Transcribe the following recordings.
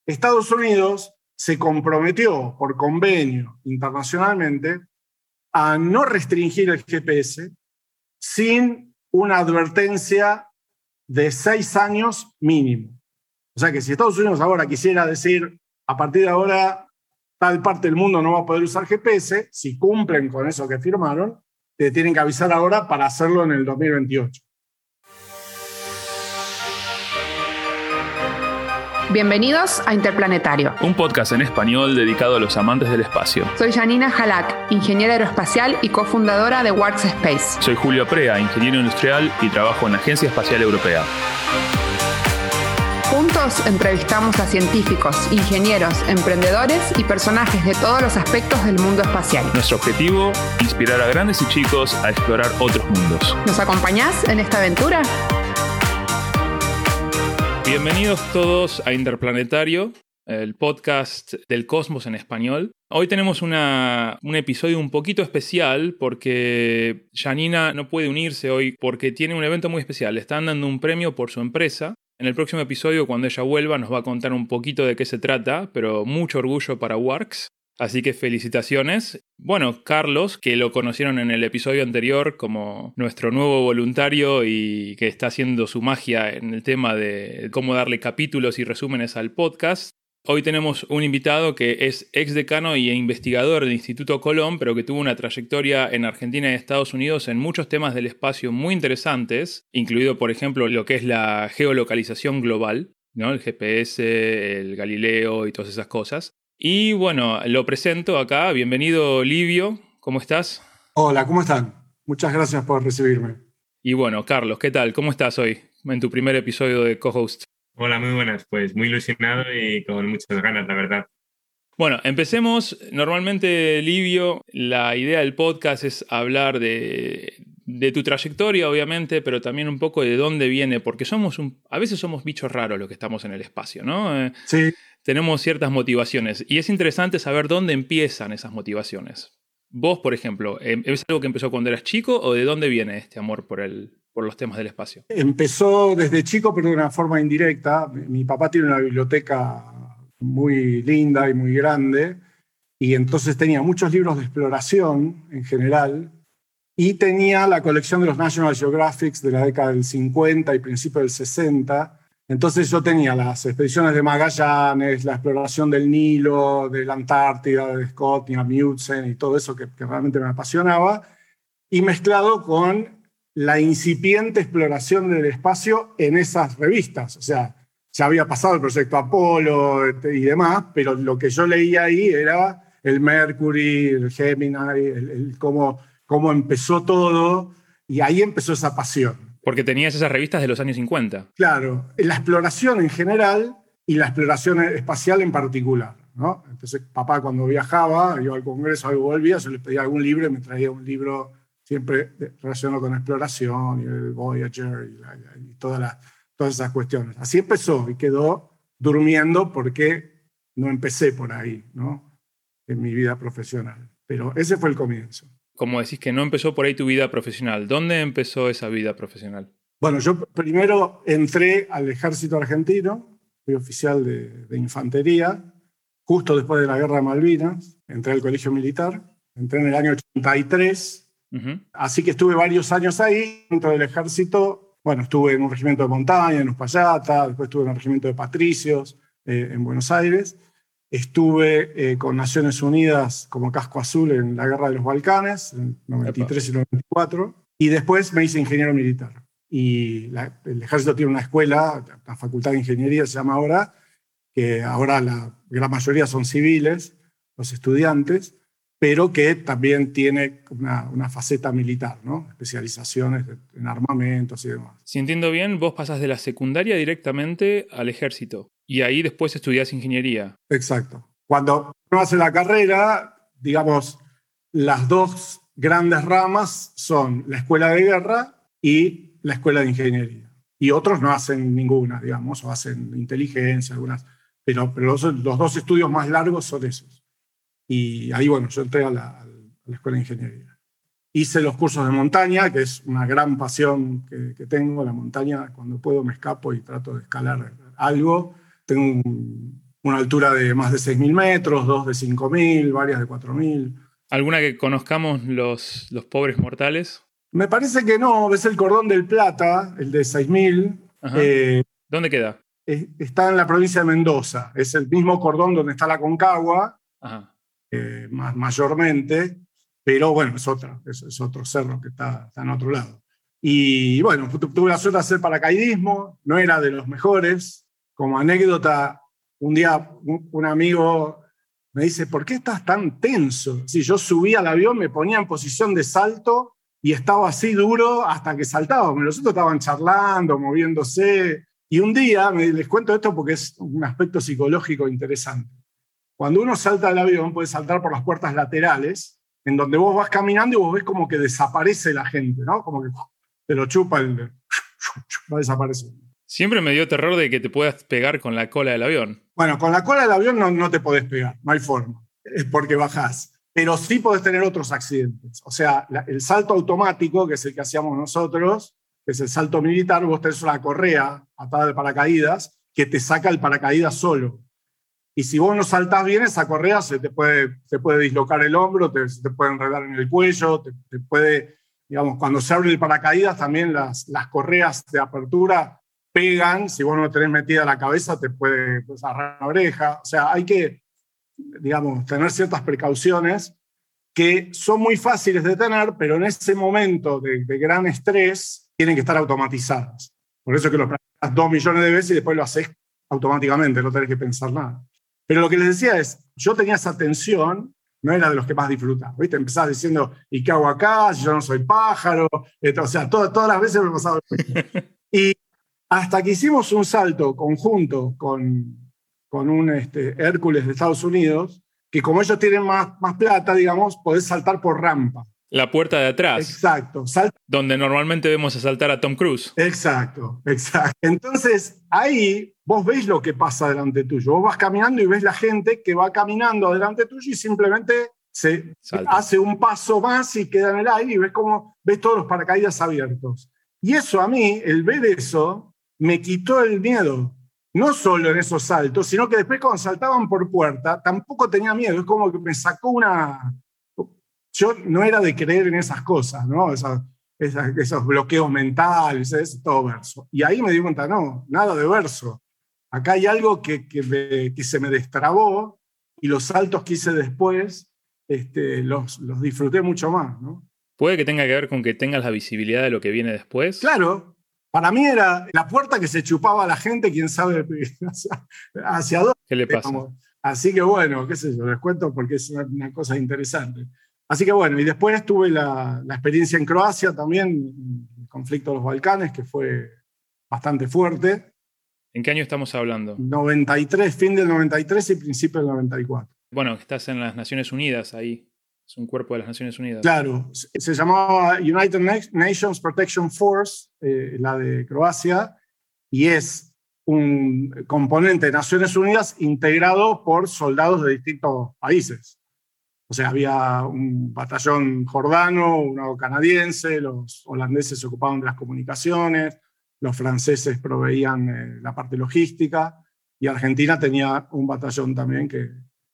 Estados Unidos se comprometió por convenio internacionalmente a no restringir el GPS sin una advertencia de 6 años mínimo. O sea que si Estados Unidos ahora quisiera decir, a partir de ahora tal parte del mundo no va a poder usar GPS, si cumplen con eso que firmaron, te tienen que avisar ahora para hacerlo en el 2028. Bienvenidos a Interplanetario, un podcast en español dedicado a los amantes del espacio. Soy Janina Jalak, ingeniera aeroespacial y cofundadora de Works Space. Soy Julio Prea, ingeniero industrial y trabajo en la Agencia Espacial Europea. Juntos entrevistamos a científicos, ingenieros, emprendedores y personajes de todos los aspectos del mundo espacial. Nuestro objetivo, inspirar a grandes y chicos a explorar otros mundos. ¿Nos acompañás en esta aventura? Bienvenidos todos a Interplanetario, el podcast del cosmos en español. Hoy tenemos un episodio un poquito especial porque Janina no puede unirse hoy porque tiene un evento muy especial. Le están dando un premio por su empresa. En el próximo episodio, cuando ella vuelva, nos va a contar un poquito de qué se trata, pero mucho orgullo para Works. Así que felicitaciones. Bueno, Carlos, que lo conocieron en el episodio anterior como nuestro nuevo voluntario y que está haciendo su magia en el tema de cómo darle capítulos y resúmenes al podcast. Hoy tenemos un invitado que es exdecano e investigador del Instituto Colón, pero que tuvo una trayectoria en Argentina y Estados Unidos en muchos temas del espacio muy interesantes, incluido, por ejemplo, lo que es la geolocalización global, ¿no? El GPS, el Galileo y todas esas cosas. Y bueno, lo presento acá. Bienvenido, Livio. ¿Cómo estás? Hola, ¿cómo están? Muchas gracias por recibirme. Y bueno, Carlos, ¿qué tal? ¿Cómo estás hoy en tu primer episodio de co-host? Hola, muy buenas. Pues muy ilusionado y con muchas ganas, la verdad. Bueno, empecemos. Normalmente, Livio, la idea del podcast es hablar de tu trayectoria, obviamente, pero también un poco de dónde viene, porque a veces somos bichos raros los que estamos en el espacio, ¿no? Sí. Tenemos ciertas motivaciones y es interesante saber dónde empiezan esas motivaciones. Vos, por ejemplo, ¿es algo que empezó cuando eras chico o de dónde viene este amor por los temas del espacio? Empezó desde chico, pero de una forma indirecta. Mi papá tiene una biblioteca muy linda y muy grande, y entonces tenía muchos libros de exploración en general, y tenía la colección de los National Geographic de la década del 50 y principio del 60. Entonces yo tenía las expediciones de Magallanes, la exploración del Nilo, de la Antártida, de Scott y Amundsen y todo eso que realmente me apasionaba, y mezclado con la incipiente exploración del espacio en esas revistas. O sea, ya había pasado el proyecto Apolo y demás, pero lo que yo leía ahí era el Mercury, el Gemini, cómo empezó todo, y ahí empezó esa pasión. Porque tenías esas revistas de los años 50. Claro, la exploración en general y la exploración espacial en particular, ¿no? Entonces, papá cuando viajaba, iba al Congreso, algo volvía, yo le pedía algún libro y me traía un libro siempre relacionado con exploración, y el Voyager y todas esas cuestiones. Así empezó y quedó durmiendo porque no empecé por ahí, ¿no? En mi vida profesional. Pero ese fue el comienzo. Como decís que no empezó por ahí tu vida profesional, ¿dónde empezó esa vida profesional? Bueno, yo primero entré al ejército argentino, fui oficial de infantería, justo después de la Guerra de Malvinas, entré al colegio militar, entré en el año 83, así que estuve varios años ahí, dentro del ejército. Bueno, estuve en un regimiento de montaña, en Uspallata, después estuve en el regimiento de patricios, en Buenos Aires. Estuve con Naciones Unidas como casco azul en la Guerra de los Balcanes, en 93 y 94, y después me hice ingeniero militar. Y el ejército tiene una escuela, la Facultad de Ingeniería se llama ahora, que ahora la gran mayoría son civiles, los estudiantes, pero que también tiene una faceta militar, ¿no? Especializaciones en armamentos y demás. Si entiendo bien, vos pasás de la secundaria directamente al ejército y ahí después estudiás ingeniería. Exacto. Cuando uno hace la carrera, digamos, las dos grandes ramas son la escuela de guerra y la escuela de ingeniería. Y otros no hacen ninguna, digamos, o hacen inteligencia, algunas, pero los dos estudios más largos son esos. Y ahí, bueno, yo entré a la escuela de ingeniería. Hice los cursos de montaña, que es una gran pasión que tengo. La montaña, cuando puedo me escapo y trato de escalar algo. Tengo una altura de más de 6.000 metros, dos de 5.000, varias de 4.000. ¿Alguna que conozcamos los pobres mortales? Me parece que no, es el Cordón del Plata, el de 6.000. ¿Dónde queda? Está en la provincia de Mendoza. Es el mismo cordón donde está la Aconcagua, mayormente, pero bueno, es otro cerro que está en otro lado. Y bueno, tuve la suerte de hacer paracaidismo, no era de los mejores. Como anécdota, un día un amigo me dice, ¿por qué estás tan tenso? Si yo subía al avión, me ponía en posición de salto y estaba así duro hasta que saltábamos. Los otros estaban charlando, moviéndose. Y un día, les cuento esto porque es un aspecto psicológico interesante. Cuando uno salta del avión, puede saltar por las puertas laterales, en donde vos vas caminando y vos ves como que desaparece la gente, ¿no? Como que te lo chupa va desapareciendo. Siempre me dio terror de que te puedas pegar con la cola del avión. Bueno, con la cola del avión no te podés pegar, no hay forma. Es porque bajás. Pero sí podés tener otros accidentes. O sea, el salto automático, que es el que hacíamos nosotros, que es el salto militar, vos tenés una correa atada de paracaídas que te saca el paracaídas solo. Y si vos no saltás bien, esa correa se te puede dislocar el hombro, se te puede enredar en el cuello, te puede, digamos, cuando se abre el paracaídas, también las correas de apertura pegan. Si vos no tenés metida la cabeza, te puede agarrar la oreja. O sea, hay que, digamos, tener ciertas precauciones que son muy fáciles de tener, pero en ese momento de gran estrés tienen que estar automatizadas. Por eso es que lo practicas 2 millones de veces y después lo haces automáticamente, no tenés que pensar nada. Pero lo que les decía es, yo tenía esa tensión, no era de los que más disfrutaba, ¿viste? Empezás diciendo, ¿y qué hago acá? Si yo no soy pájaro. O sea, todas las veces me pasaba. Y hasta que hicimos un salto conjunto con un Hércules de Estados Unidos, que como ellos tienen más plata, digamos, podés saltar por rampa. La puerta de atrás. Exacto. Donde normalmente vemos a saltar a Tom Cruise. Exacto. Entonces, ahí vos ves lo que pasa delante tuyo. Vos vas caminando y ves la gente que va caminando delante tuyo y simplemente se hace un paso más y queda en el aire y ves todos los paracaídas abiertos. Y eso a mí, el ver eso, me quitó el miedo. No solo en esos saltos, sino que después cuando saltaban por puerta, tampoco tenía miedo. Es como que me sacó Yo no era de creer en esas cosas, ¿no? Esos bloqueos mentales, es todo verso. Y ahí me di cuenta, no, nada de verso. Acá hay algo que se me destrabó y los saltos que hice después los disfruté mucho más, ¿no? ¿Puede que tenga que ver con que tengas la visibilidad de lo que viene después? Claro. Para mí era la puerta que se chupaba a la gente, quién sabe hacia dónde. ¿Qué le pasa? Así que bueno, qué sé yo, les cuento porque es una cosa interesante. Así que bueno, y después tuve la experiencia en Croacia también, el conflicto de los Balcanes, que fue bastante fuerte. ¿En qué año estamos hablando? 93, fin del 93 y principio del 94. Bueno, estás en las Naciones Unidas ahí. Es un cuerpo de las Naciones Unidas. Claro, se llamaba United Nations Protection Force, la de Croacia, y es un componente de Naciones Unidas integrado por soldados de distintos países. O sea, había un batallón jordano, uno canadiense, los holandeses se ocupaban de las comunicaciones, los franceses proveían la parte logística, y Argentina tenía un batallón también que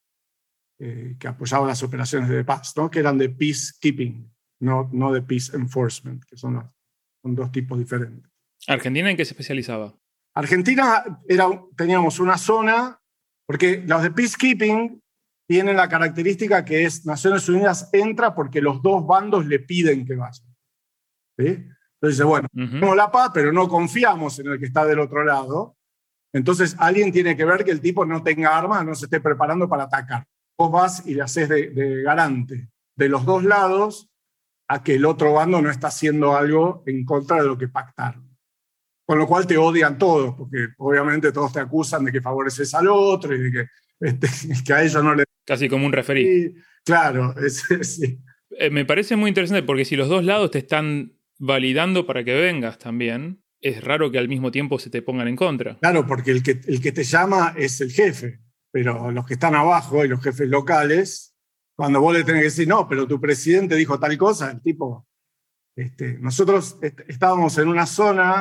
apoyaba las operaciones de paz, ¿no? Que eran de peacekeeping, no de peace enforcement, que son dos tipos diferentes. ¿Argentina en qué se especializaba? Argentina teníamos una zona, porque los de peacekeeping tienen la característica que es Naciones Unidas entra porque los dos bandos le piden que vayan. ¿Sí? Entonces dice, bueno, tenemos la paz, pero no confiamos en el que está del otro lado. Entonces alguien tiene que ver que el tipo no tenga armas, no se esté preparando para atacar. Vos vas y le haces de garante de los dos lados a que el otro bando no está haciendo algo en contra de lo que pactaron. Con lo cual te odian todos, porque obviamente todos te acusan de que favoreces al otro y de que a ellos no le... Casi como un referí. Claro, sí. Me parece muy interesante porque si los dos lados te están validando para que vengas también, es raro que al mismo tiempo se te pongan en contra. Claro, porque el que te llama es el jefe. Pero los que están abajo y los jefes locales, cuando vos le tenés que decir, no, pero tu presidente dijo tal cosa, el tipo... nosotros estábamos en una zona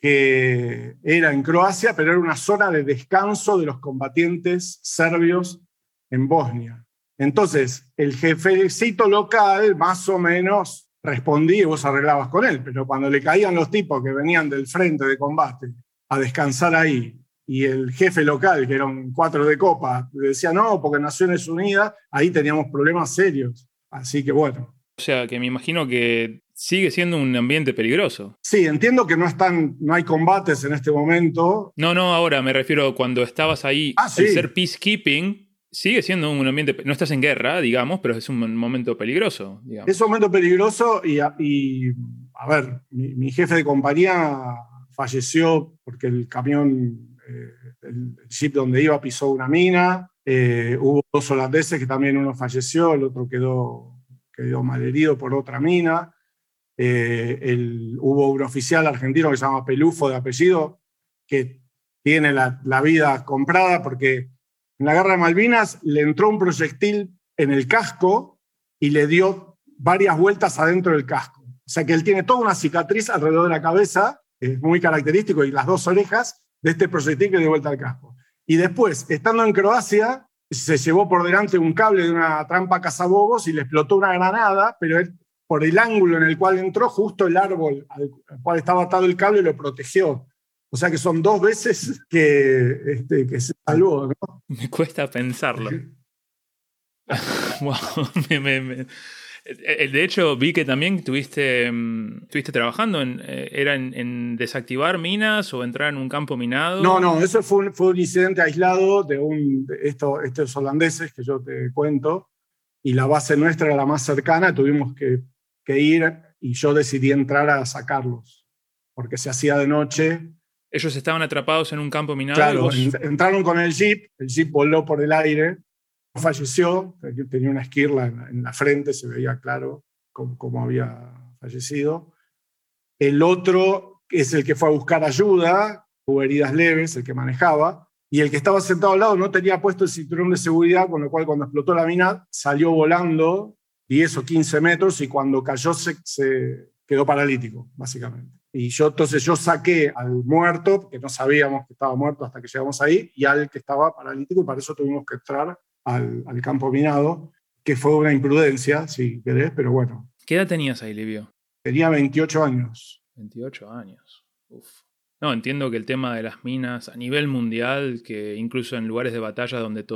que era en Croacia, pero era una zona de descanso de los combatientes serbios en Bosnia. Entonces, el jefecito local más o menos respondía y vos arreglabas con él, pero cuando le caían los tipos que venían del frente de combate a descansar ahí, y el jefe local, que era un 4 de copa, le decía no, porque Naciones Unidas, ahí teníamos problemas serios. Así que bueno. O sea, que me imagino que sigue siendo un ambiente peligroso. Sí, entiendo que no hay combates en este momento. No, ahora me refiero cuando estabas ahí, sí. al ser peacekeeping, sigue siendo un ambiente, no estás en guerra, digamos, pero es un momento peligroso, digamos. Es un momento peligroso y a ver, mi jefe de compañía falleció porque el camión, el jeep donde iba pisó una mina. Hubo 2 holandeses que también uno falleció, el otro quedó malherido por otra mina. Hubo un oficial argentino que se llama Pelufo de apellido, que tiene la vida comprada porque en la guerra de Malvinas le entró un proyectil en el casco y le dio varias vueltas adentro del casco. O sea que él tiene toda una cicatriz alrededor de la cabeza, es muy característico, y las 2 orejas de este proyectil que dio vuelta al casco. Y después, estando en Croacia, se llevó por delante un cable de una trampa cazabobos y le explotó una granada, pero él, por el ángulo en el cual entró, justo el árbol al cual estaba atado el cable lo protegió. O sea que son 2 veces que se salvó, ¿no? Me cuesta pensarlo. Wow. De hecho, vi que también estuviste trabajando en desactivar minas o entrar en un campo minado. No, eso fue un incidente aislado de estos holandeses que yo te cuento, y la base nuestra era la más cercana, tuvimos que ir y yo decidí entrar a sacarlos, porque se hacía de noche. Ellos estaban atrapados en un campo minado. Claro, entraron con el jeep voló por el aire, falleció, tenía una esquirla en la frente, se veía claro cómo había fallecido. El otro es el que fue a buscar ayuda, tuvo heridas leves, el que manejaba, y el que estaba sentado al lado no tenía puesto el cinturón de seguridad, con lo cual cuando explotó la mina salió volando 10 o 15 metros y cuando cayó se quedó paralítico, básicamente. Y entonces yo saqué al muerto, que no sabíamos que estaba muerto hasta que llegamos ahí, y al que estaba paralítico, y para eso tuvimos que entrar al campo minado, que fue una imprudencia, si querés, pero bueno. ¿Qué edad tenías ahí, Livio? Tenía 28 años. 28 años. Uf. No, entiendo que el tema de las minas a nivel mundial, que incluso en lugares de batalla donde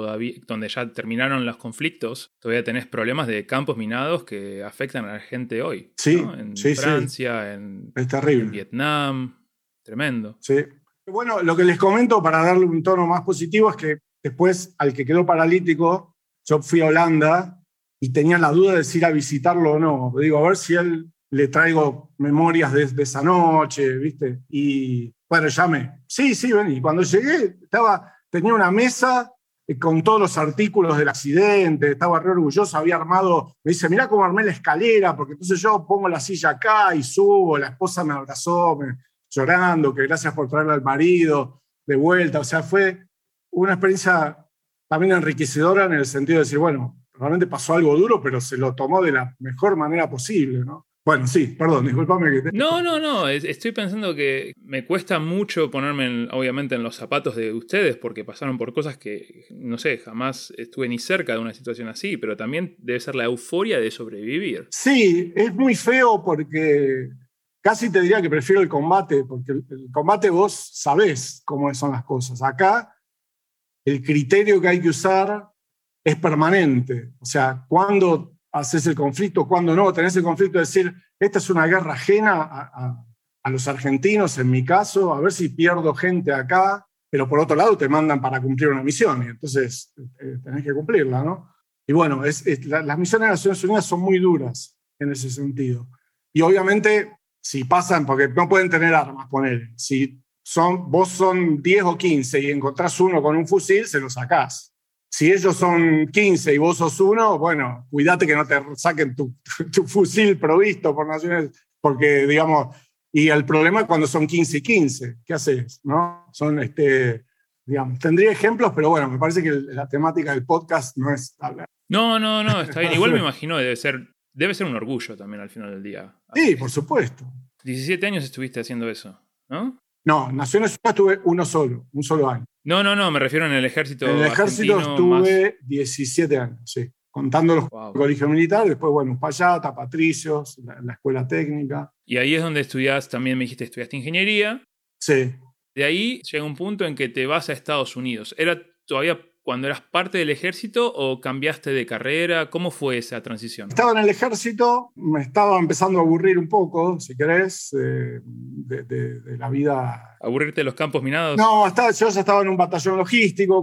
ya terminaron los conflictos, todavía tenés problemas de campos minados que afectan a la gente hoy. Sí, ¿no? En Francia, es terrible. En Vietnam. Tremendo. Sí. Bueno, lo que les comento para darle un tono más positivo es que después, al que quedó paralítico, yo fui a Holanda y tenía la duda de si ir a visitarlo o no. Digo, a ver si él le traigo memorias de esa noche, ¿viste? Y bueno, llamé. Sí, vení. Cuando llegué, tenía una mesa con todos los artículos del accidente, estaba re orgulloso, había armado, me dice, mirá cómo armé la escalera, porque entonces yo pongo la silla acá y subo, la esposa me abrazó, llorando, que gracias por traerle al marido de vuelta. O sea, fue una experiencia también enriquecedora en el sentido de decir, bueno, realmente pasó algo duro, pero se lo tomó de la mejor manera posible, ¿no? Bueno, sí, perdón, discúlpame. No, estoy pensando que me cuesta mucho ponerme, obviamente, en los zapatos de ustedes, porque pasaron por cosas que, no sé, jamás estuve ni cerca de una situación así, pero también debe ser la euforia de sobrevivir. Sí, es muy feo porque casi te diría que prefiero el combate, porque el combate vos sabés cómo son las cosas. Acá el criterio que hay que usar es permanente. O sea, cuando haces el conflicto, cuando no, tenés el conflicto de decir, esta es una guerra ajena a los argentinos, en mi caso, a ver si pierdo gente acá, pero por otro lado te mandan para cumplir una misión, y entonces tenés que cumplirla, ¿no? Y bueno, las misiones de Naciones Unidas son muy duras en ese sentido. Y obviamente, si pasan, porque no pueden tener armas, poner, si vos son 10 o 15 y encontrás uno con un fusil, se lo sacás. Si ellos son 15 y vos sos uno, bueno, cuídate que no te saquen tu fusil provisto por Naciones, porque, digamos, y el problema es cuando son 15 y 15, ¿qué haces? ¿No? Son, digamos, tendría ejemplos, pero bueno, me parece que la temática del podcast no es hablar. No, está bien. Igual me imagino debe ser un orgullo también al final del día. Sí, por supuesto. 17 años estuviste haciendo eso, ¿no? No, en Naciones Unidas estuve un solo año. No, me refiero en el ejército En el ejército argentino estuve 17 años, sí. Contando los Wow. colegios militares, después, bueno, Uspallata, Patricios, la escuela técnica. Y ahí es donde estudias, también me dijiste, estudiaste ingeniería. Sí. De ahí llega un punto en que te vas a Estados Unidos. ¿Era todavía cuando eras parte del ejército o cambiaste de carrera? ¿Cómo fue esa transición? Estaba en el ejército, me estaba empezando a aburrir un poco, si querés, de la vida. ¿Aburrirte de los campos minados? No, yo ya estaba en un batallón logístico,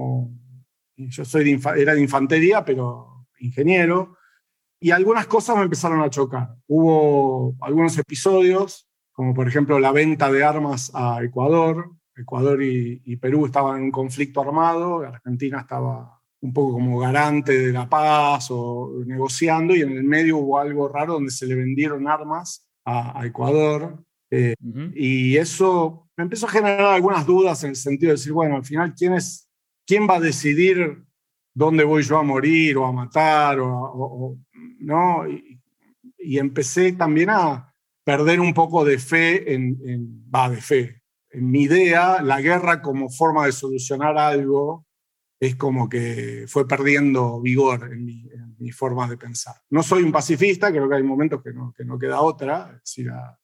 yo era de infantería, pero ingeniero, y algunas cosas me empezaron a chocar. Hubo algunos episodios, como por ejemplo la venta de armas a Ecuador. Ecuador y Perú estaban en un conflicto armado, Argentina estaba un poco como garante de la paz o negociando, y en el medio hubo algo raro donde se le vendieron armas a Ecuador. Y eso me empezó a generar algunas dudas en el sentido de decir, bueno, al final, ¿quién va a decidir dónde voy yo a morir o a matar? ¿No? Y empecé también a perder un poco de fe en mi idea. La guerra como forma de solucionar algo es como que fue perdiendo vigor en mi forma de pensar. No soy un pacifista, creo que hay momentos que no queda otra. Es decir, a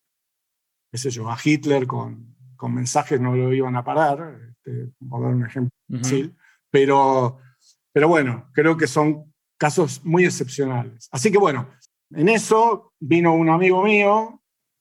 Hitler con mensajes no lo iban a parar, por dar un ejemplo fácil. Pero bueno, creo que son casos muy excepcionales. Así que bueno, en eso vino un amigo mío,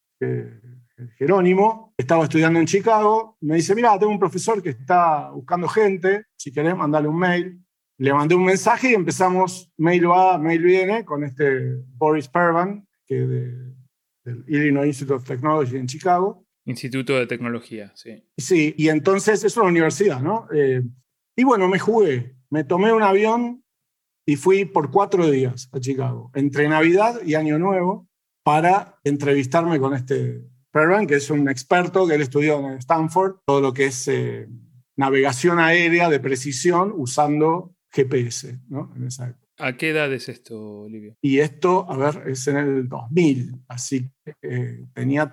Jerónimo, estaba estudiando en Chicago, me dice, mira, tengo un profesor que está buscando gente, si querés mandale un mail. Le mandé un mensaje y empezamos, mail va, mail viene, con Boris Pervan, del Illinois Institute of Technology en Chicago. Instituto de Tecnología, sí. Sí, y entonces es una universidad, ¿no? Y bueno, me tomé un avión y fui por 4 días a Chicago, entre Navidad y Año Nuevo, para entrevistarme con Pervan, que es un experto que él estudió en Stanford, todo lo que es navegación aérea de precisión usando GPS, ¿no? En esa época. ¿A qué edad es esto, Livio? Y esto, a ver, es en el 2000, así que tenía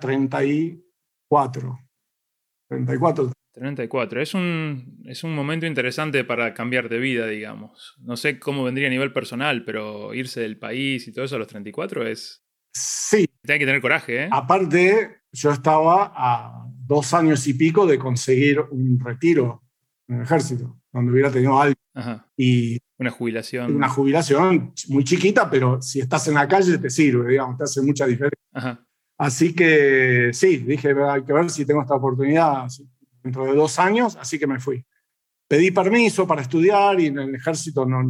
34. 34. Es un momento interesante para cambiar de vida, digamos. No sé cómo vendría a nivel personal, pero irse del país y todo eso a los 34 es... Sí. Hay que tener coraje, ¿eh? Aparte, yo estaba a 2 años y pico de conseguir un retiro en el ejército, donde hubiera tenido algo. Ajá. Y una jubilación. Una jubilación muy chiquita, pero si estás en la calle te sirve, digamos, te hace mucha diferencia. Ajá. Así que sí, dije, hay que ver si tengo esta oportunidad dentro de 2 años, así que me fui. Pedí permiso para estudiar y en el ejército no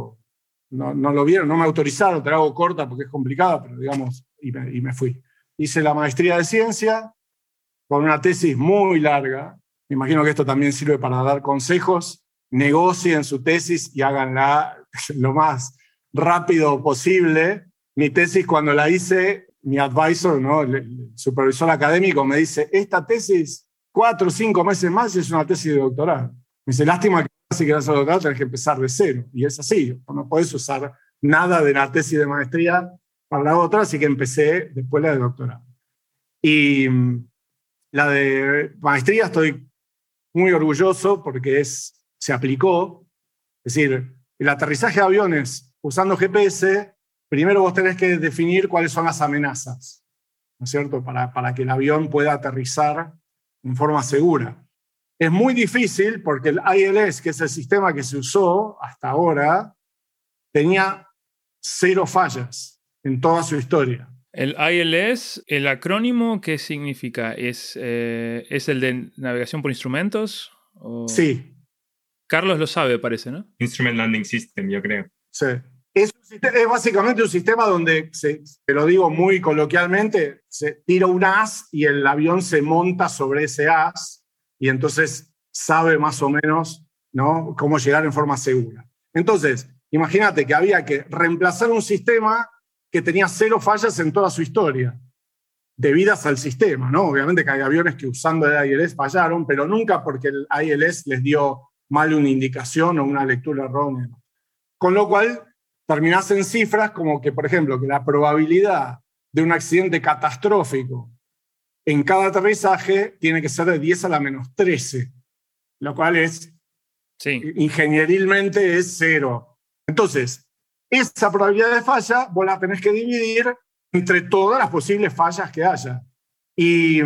lo vieron, no me autorizaron, te la hago corta porque es complicada, pero digamos, y me fui. Hice la maestría de ciencia con una tesis muy larga. Me imagino que esto también sirve para dar consejos. Negocien su tesis y háganla lo más rápido posible. Mi tesis, cuando la hice, mi advisor, ¿no? el supervisor académico, me dice, esta tesis, 4 o 5 meses más, es una tesis de doctorado. Me dice, lástima que si querés hacer doctorado tenés que empezar de cero. Y es así, no podés usar nada de la tesis de maestría para la otra, así que empecé después la de doctorado. Y la de maestría estoy muy orgulloso porque se aplicó. Es decir, el aterrizaje de aviones usando GPS, primero vos tenés que definir cuáles son las amenazas, ¿no es cierto? Para que el avión pueda aterrizar en forma segura. Es muy difícil porque el ILS, que es el sistema que se usó hasta ahora, tenía 0 fallas en toda su historia. El ILS, el acrónimo, ¿qué significa? ¿Es el de navegación por instrumentos? ¿O? Sí. Carlos lo sabe, parece, ¿no? Instrument Landing System, yo creo. Sí. Es básicamente un sistema donde, te lo digo muy coloquialmente, se tira un as y el avión se monta sobre ese as y entonces sabe más o menos, ¿no?, cómo llegar en forma segura. Entonces, imagínate que había que reemplazar un sistema que tenía 0 fallas en toda su historia, debidas al sistema, ¿no? Obviamente que hay aviones que usando el ILS fallaron, pero nunca porque el ILS les dio mal una indicación o una lectura errónea. Con lo cual, terminás en cifras como que, por ejemplo, que la probabilidad de un accidente catastrófico en cada aterrizaje tiene que ser de 10 a la menos 13, lo cual es, ingenierilmente es 0. Entonces, esa probabilidad de falla vos la tenés que dividir entre todas las posibles fallas que haya. Y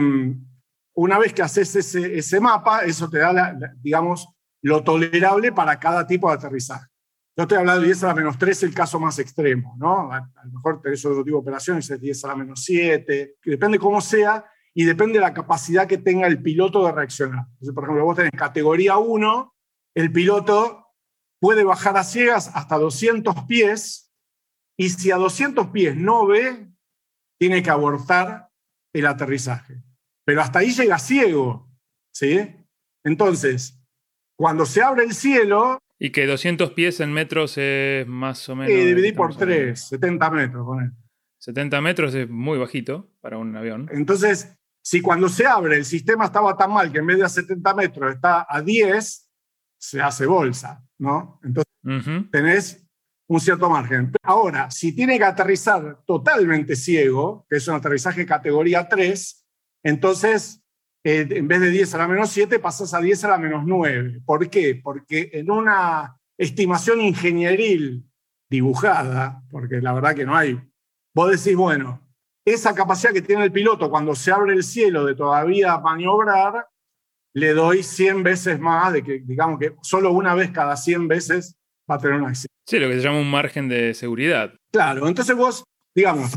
una vez que haces ese mapa, eso te da, digamos, lo tolerable para cada tipo de aterrizaje. Yo estoy hablando de 10 a la menos 13, el caso más extremo, ¿no? A lo mejor tenés otro tipo de operaciones, es 10 a la menos 7, que depende cómo sea y depende de la capacidad que tenga el piloto de reaccionar. Entonces, por ejemplo, vos tenés categoría 1, el piloto puede bajar a ciegas hasta 200 pies y si a 200 pies no ve, tiene que abortar el aterrizaje. Pero hasta ahí llega ciego, ¿sí? Entonces, cuando se abre el cielo... Y que 200 pies en metros es más o menos... dividí por 3, 70 metros. Poner. 70 metros es muy bajito para un avión. Entonces, si cuando se abre el sistema estaba tan mal que en vez de a 70 metros está a 10, se hace bolsa, ¿no? Entonces, tenés un cierto margen. Ahora, si tiene que aterrizar totalmente ciego, que es un aterrizaje categoría 3, entonces... en vez de 10 a la menos 7, pasás a 10 a la menos 9. ¿Por qué? Porque en una estimación ingenieril dibujada, porque la verdad que no hay, vos decís, bueno, esa capacidad que tiene el piloto cuando se abre el cielo de todavía maniobrar, le doy 100 veces más, de que digamos que solo una vez cada 100 veces va a tener un accidente. Sí, lo que se llama un margen de seguridad. Claro, entonces vos, digamos...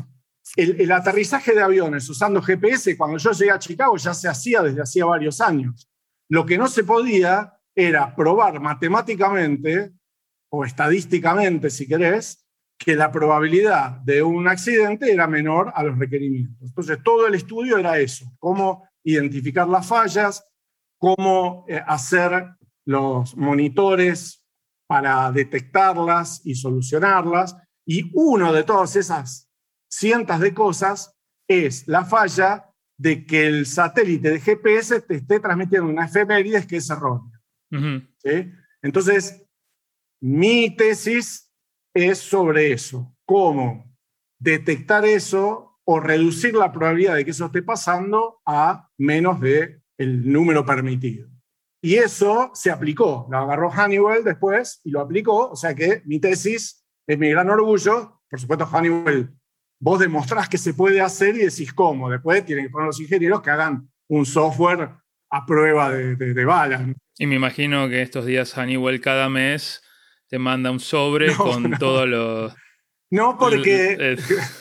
El aterrizaje de aviones usando GPS, cuando yo llegué a Chicago, ya se hacía desde hacía varios años. Lo que no se podía era probar matemáticamente, o estadísticamente, si querés, que la probabilidad de un accidente era menor a los requerimientos. Entonces, todo el estudio era eso, cómo identificar las fallas, cómo hacer los monitores para detectarlas y solucionarlas. Y uno de todas esas cientos de cosas es la falla de que el satélite de GPS te esté transmitiendo una efemérides que es errónea. ¿Sí? Entonces, mi tesis es sobre eso, cómo detectar eso o reducir la probabilidad de que eso esté pasando a menos del número permitido. Y eso se aplicó, lo agarró Honeywell después y lo aplicó, o sea que mi tesis es mi gran orgullo. Por supuesto, Honeywell, vos demostrás que se puede hacer y decís cómo. Después tienen que poner los ingenieros que hagan un software a prueba de balas. Y me imagino que estos días Honeywell cada mes te manda un sobre con todos los... No, porque...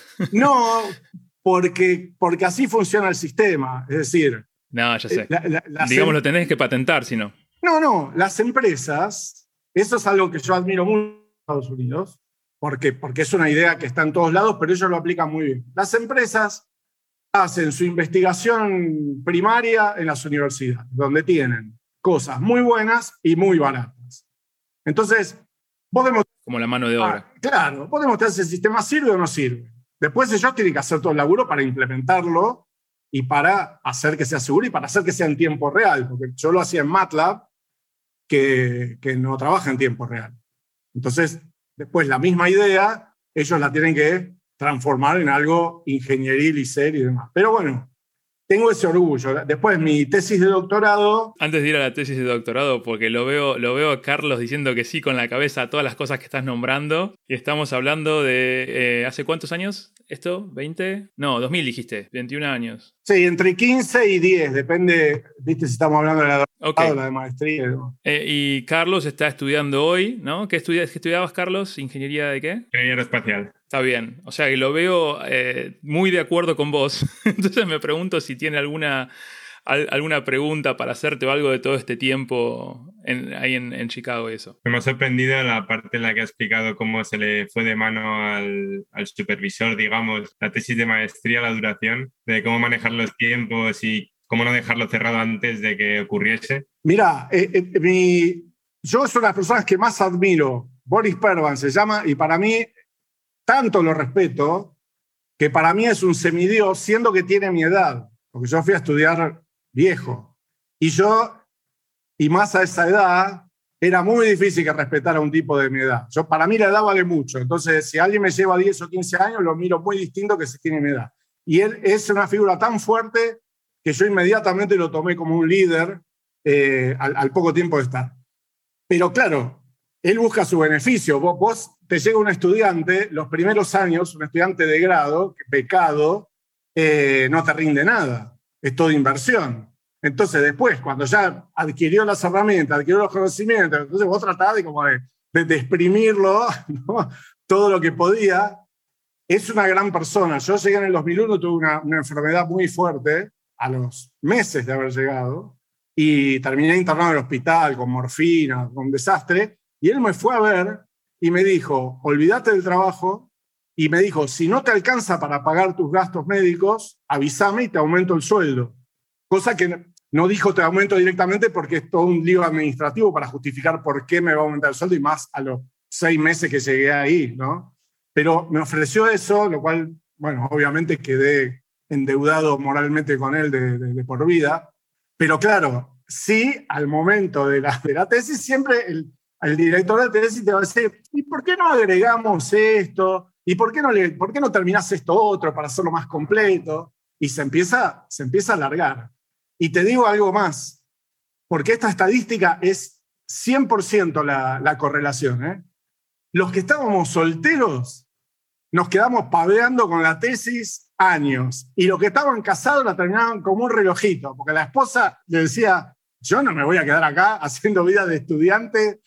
no, porque así funciona el sistema. Es decir... No, ya sé. Digamos, lo tenés que patentar, si no. No, las empresas, eso es algo que yo admiro mucho en Estados Unidos, porque es una idea que está en todos lados, pero ellos lo aplican muy bien. Las empresas hacen su investigación primaria en las universidades, donde tienen cosas muy buenas y muy baratas. Entonces, vos demostrás... Como la mano de obra. Claro, vos demostrás si el sistema sirve o no sirve. Después ellos tienen que hacer todo el laburo para implementarlo y para hacer que sea seguro y para hacer que sea en tiempo real, porque yo lo hacía en MATLAB, que no trabaja en tiempo real. Entonces, después la misma idea, ellos la tienen que transformar en algo ingenieril y serio y demás. Pero bueno, tengo ese orgullo. Después mi tesis de doctorado... Antes de ir a la tesis de doctorado, porque lo veo a Carlos diciendo que sí con la cabeza a todas las cosas que estás nombrando, y estamos hablando de... ¿hace cuántos años esto? ¿20? No, 2000 dijiste, 21 años. Sí, entre 15 y 10, depende, viste, si estamos hablando de la doctorado o la de maestría. ¿No? Y Carlos está estudiando hoy, ¿no? ¿Qué estudiabas, Carlos? ¿Ingeniería de qué? Ingeniería aeroespacial. Está bien, o sea que lo veo muy de acuerdo con vos. Entonces me pregunto si tiene alguna pregunta para hacerte o algo de todo este tiempo ahí en Chicago y eso. Me ha sorprendido la parte en la que ha explicado cómo se le fue de mano al supervisor, digamos, la tesis de maestría, la duración, de cómo manejar los tiempos y cómo no dejarlo cerrado antes de que ocurriese. Mira, yo soy una de las personas que más admiro. Boris Pervan se llama, y para mí tanto lo respeto que para mí es un semidios, siendo que tiene mi edad, porque yo fui a estudiar viejo. Y más a esa edad, era muy difícil que respetara a un tipo de mi edad. Para mí la edad vale mucho. Entonces, si alguien me lleva 10 o 15 años, lo miro muy distinto que si tiene mi edad. Y él es una figura tan fuerte que yo inmediatamente lo tomé como un líder al poco tiempo de estar. Pero claro, él busca su beneficio. Vos te llega un estudiante, los primeros años, un estudiante de grado, becado, no te rinde nada. Es toda inversión. Entonces después, cuando ya adquirió las herramientas, adquirió los conocimientos, entonces vos tratás de exprimirlo, ¿no? Todo lo que podía. Es una gran persona. Yo llegué en el 2001, tuve una enfermedad muy fuerte a los meses de haber llegado y terminé internado en el hospital con morfina, con un desastre. Y él me fue a ver y me dijo, olvídate del trabajo. Y me dijo, si no te alcanza para pagar tus gastos médicos, avísame y te aumento el sueldo. Cosa que no dijo te aumento directamente porque es todo un lío administrativo para justificar por qué me va a aumentar el sueldo y más a los 6 meses que llegué ahí, ¿no? Pero me ofreció eso, lo cual, bueno, obviamente quedé endeudado moralmente con él de por vida. Pero claro, sí, al momento de la tesis, siempre el director de tesis te va a decir, ¿y por qué no agregamos esto? ¿Y por qué no terminás esto otro para hacerlo más completo? Y se empieza a alargar. Y te digo algo más, porque esta estadística es 100% la correlación, ¿eh? Los que estábamos solteros nos quedamos paveando con la tesis años, y los que estaban casados la terminaban como un relojito, porque la esposa le decía, yo no me voy a quedar acá haciendo vida de estudiante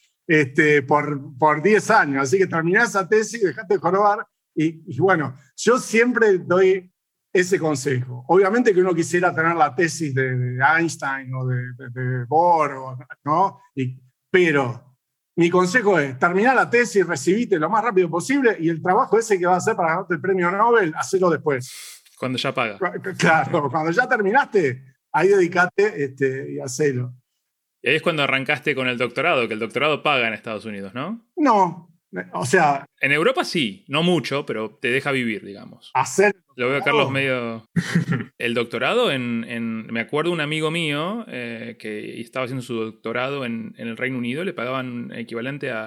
por 10 años, así que terminá esa tesis, dejate de jorobar, y bueno, yo siempre doy ese consejo. Obviamente que uno quisiera tener la tesis de Einstein o de Bohr, ¿no? Pero mi consejo es terminar la tesis, recibite lo más rápido posible y el trabajo ese que vas a hacer para ganarte el premio Nobel, hacelo después. Cuando ya paga. Claro, cuando ya terminaste, ahí dedicate y hacelo. Y ahí es cuando arrancaste con el doctorado, que el doctorado paga en Estados Unidos, ¿no? No, o sea... En Europa sí, no mucho, pero te deja vivir, digamos. Hacer... Lo veo a Carlos medio... El doctorado, me acuerdo un amigo mío que estaba haciendo su doctorado en el Reino Unido, le pagaban equivalente a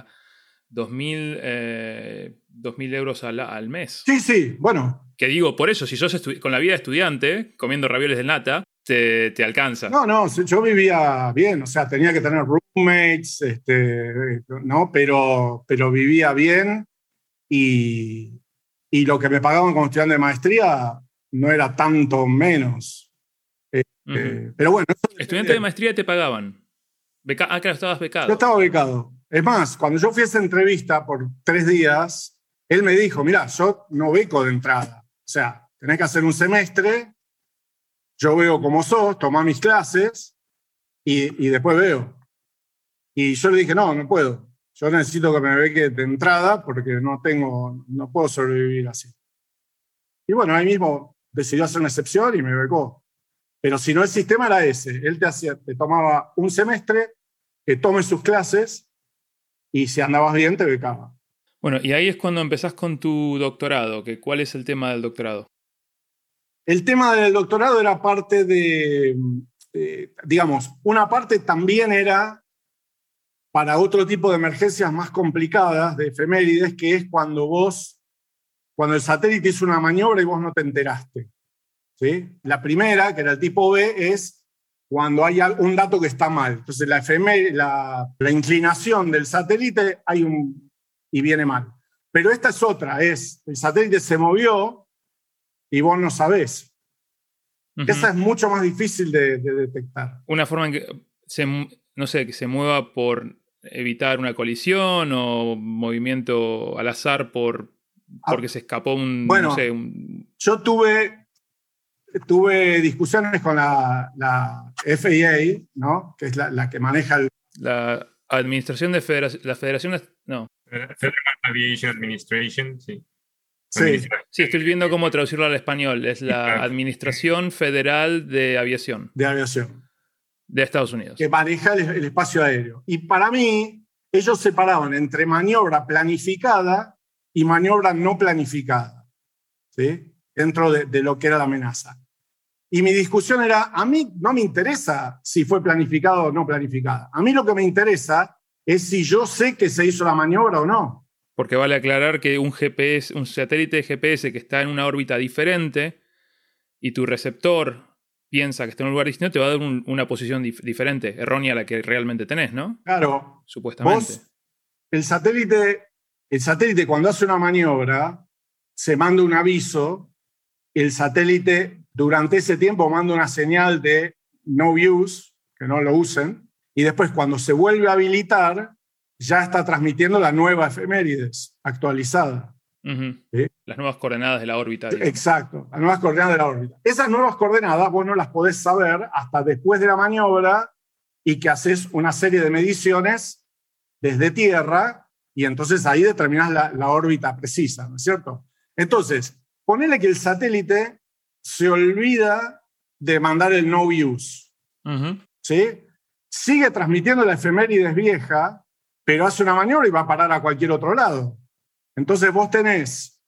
2.000 euros al mes. Sí, bueno. Que digo, por eso, si sos con la vida de estudiante, comiendo ravioles de nata, te alcanza. No, yo vivía bien, o sea, tenía que tener roommates, ¿no? Pero vivía bien y lo que me pagaban como estudiante de maestría no era tanto menos. Pero bueno. ¿Estudiante de maestría te pagaban? Claro, estabas becado. Yo estaba becado. Es más, cuando yo fui a esa entrevista por 3 días, él me dijo, mirá, yo no beco de entrada. O sea, tenés que hacer un semestre, yo veo cómo sos, tomá mis clases y después veo. Y yo le dije, no puedo. Yo necesito que me beque de entrada porque no puedo sobrevivir así. Y bueno, ahí mismo decidió hacer una excepción y me becó. Pero si no, el sistema era ese. Él te tomaba un semestre, que tomes sus clases y si andabas bien te becaba. Bueno, y ahí es cuando empezás con tu doctorado. ¿Cuál es el tema del doctorado? El tema del doctorado era parte digamos, una parte también era para otro tipo de emergencias más complicadas, de efemérides, que es cuando el satélite hizo una maniobra y vos no te enteraste. ¿Sí? La primera, que era el tipo B, es cuando hay un dato que está mal. Entonces la inclinación del satélite y viene mal. Pero esta es otra, el satélite se movió y vos no sabés. Esa es mucho más difícil de detectar. Una forma en que que se mueva por evitar una colisión o movimiento al azar porque se escapó yo tuve discusiones con la FAA, ¿no? Que es la que maneja la Administración de la Federación Federal Aviation Administration, sí. Sí, estoy viendo cómo traducirlo al español. Es la Administración Federal de Aviación. De Aviación. De Estados Unidos. Que maneja el espacio aéreo. Y para mí, ellos separaban entre maniobra planificada y maniobra no planificada, ¿sí? Dentro de lo que era la amenaza. Y mi discusión era, a mí no me interesa si fue planificada o no planificada. A mí lo que me interesa es si yo sé que se hizo la maniobra o no. Porque vale aclarar que un satélite de GPS que está en una órbita diferente y tu receptor piensa que está en un lugar distinto, te va a dar una posición diferente, errónea a la que realmente tenés, ¿no? Claro. Supuestamente. El satélite cuando hace una maniobra, se manda un aviso, el satélite durante ese tiempo manda una señal de no use, que no lo usen, y después cuando se vuelve a habilitar, ya está transmitiendo la nueva efemérides actualizada. Uh-huh. ¿Sí? Las nuevas coordenadas de la órbita. Digamos. Exacto, las nuevas coordenadas de la órbita. Esas nuevas coordenadas vos no las podés saber hasta después de la maniobra y que haces una serie de mediciones desde tierra y entonces ahí determinás la órbita precisa, ¿no es cierto? Entonces, ponele que el satélite se olvida de mandar el no use. Uh-huh. ¿Sí? Sigue transmitiendo la efemérides vieja, pero hace una maniobra y va a parar a cualquier otro lado. Entonces vos tenés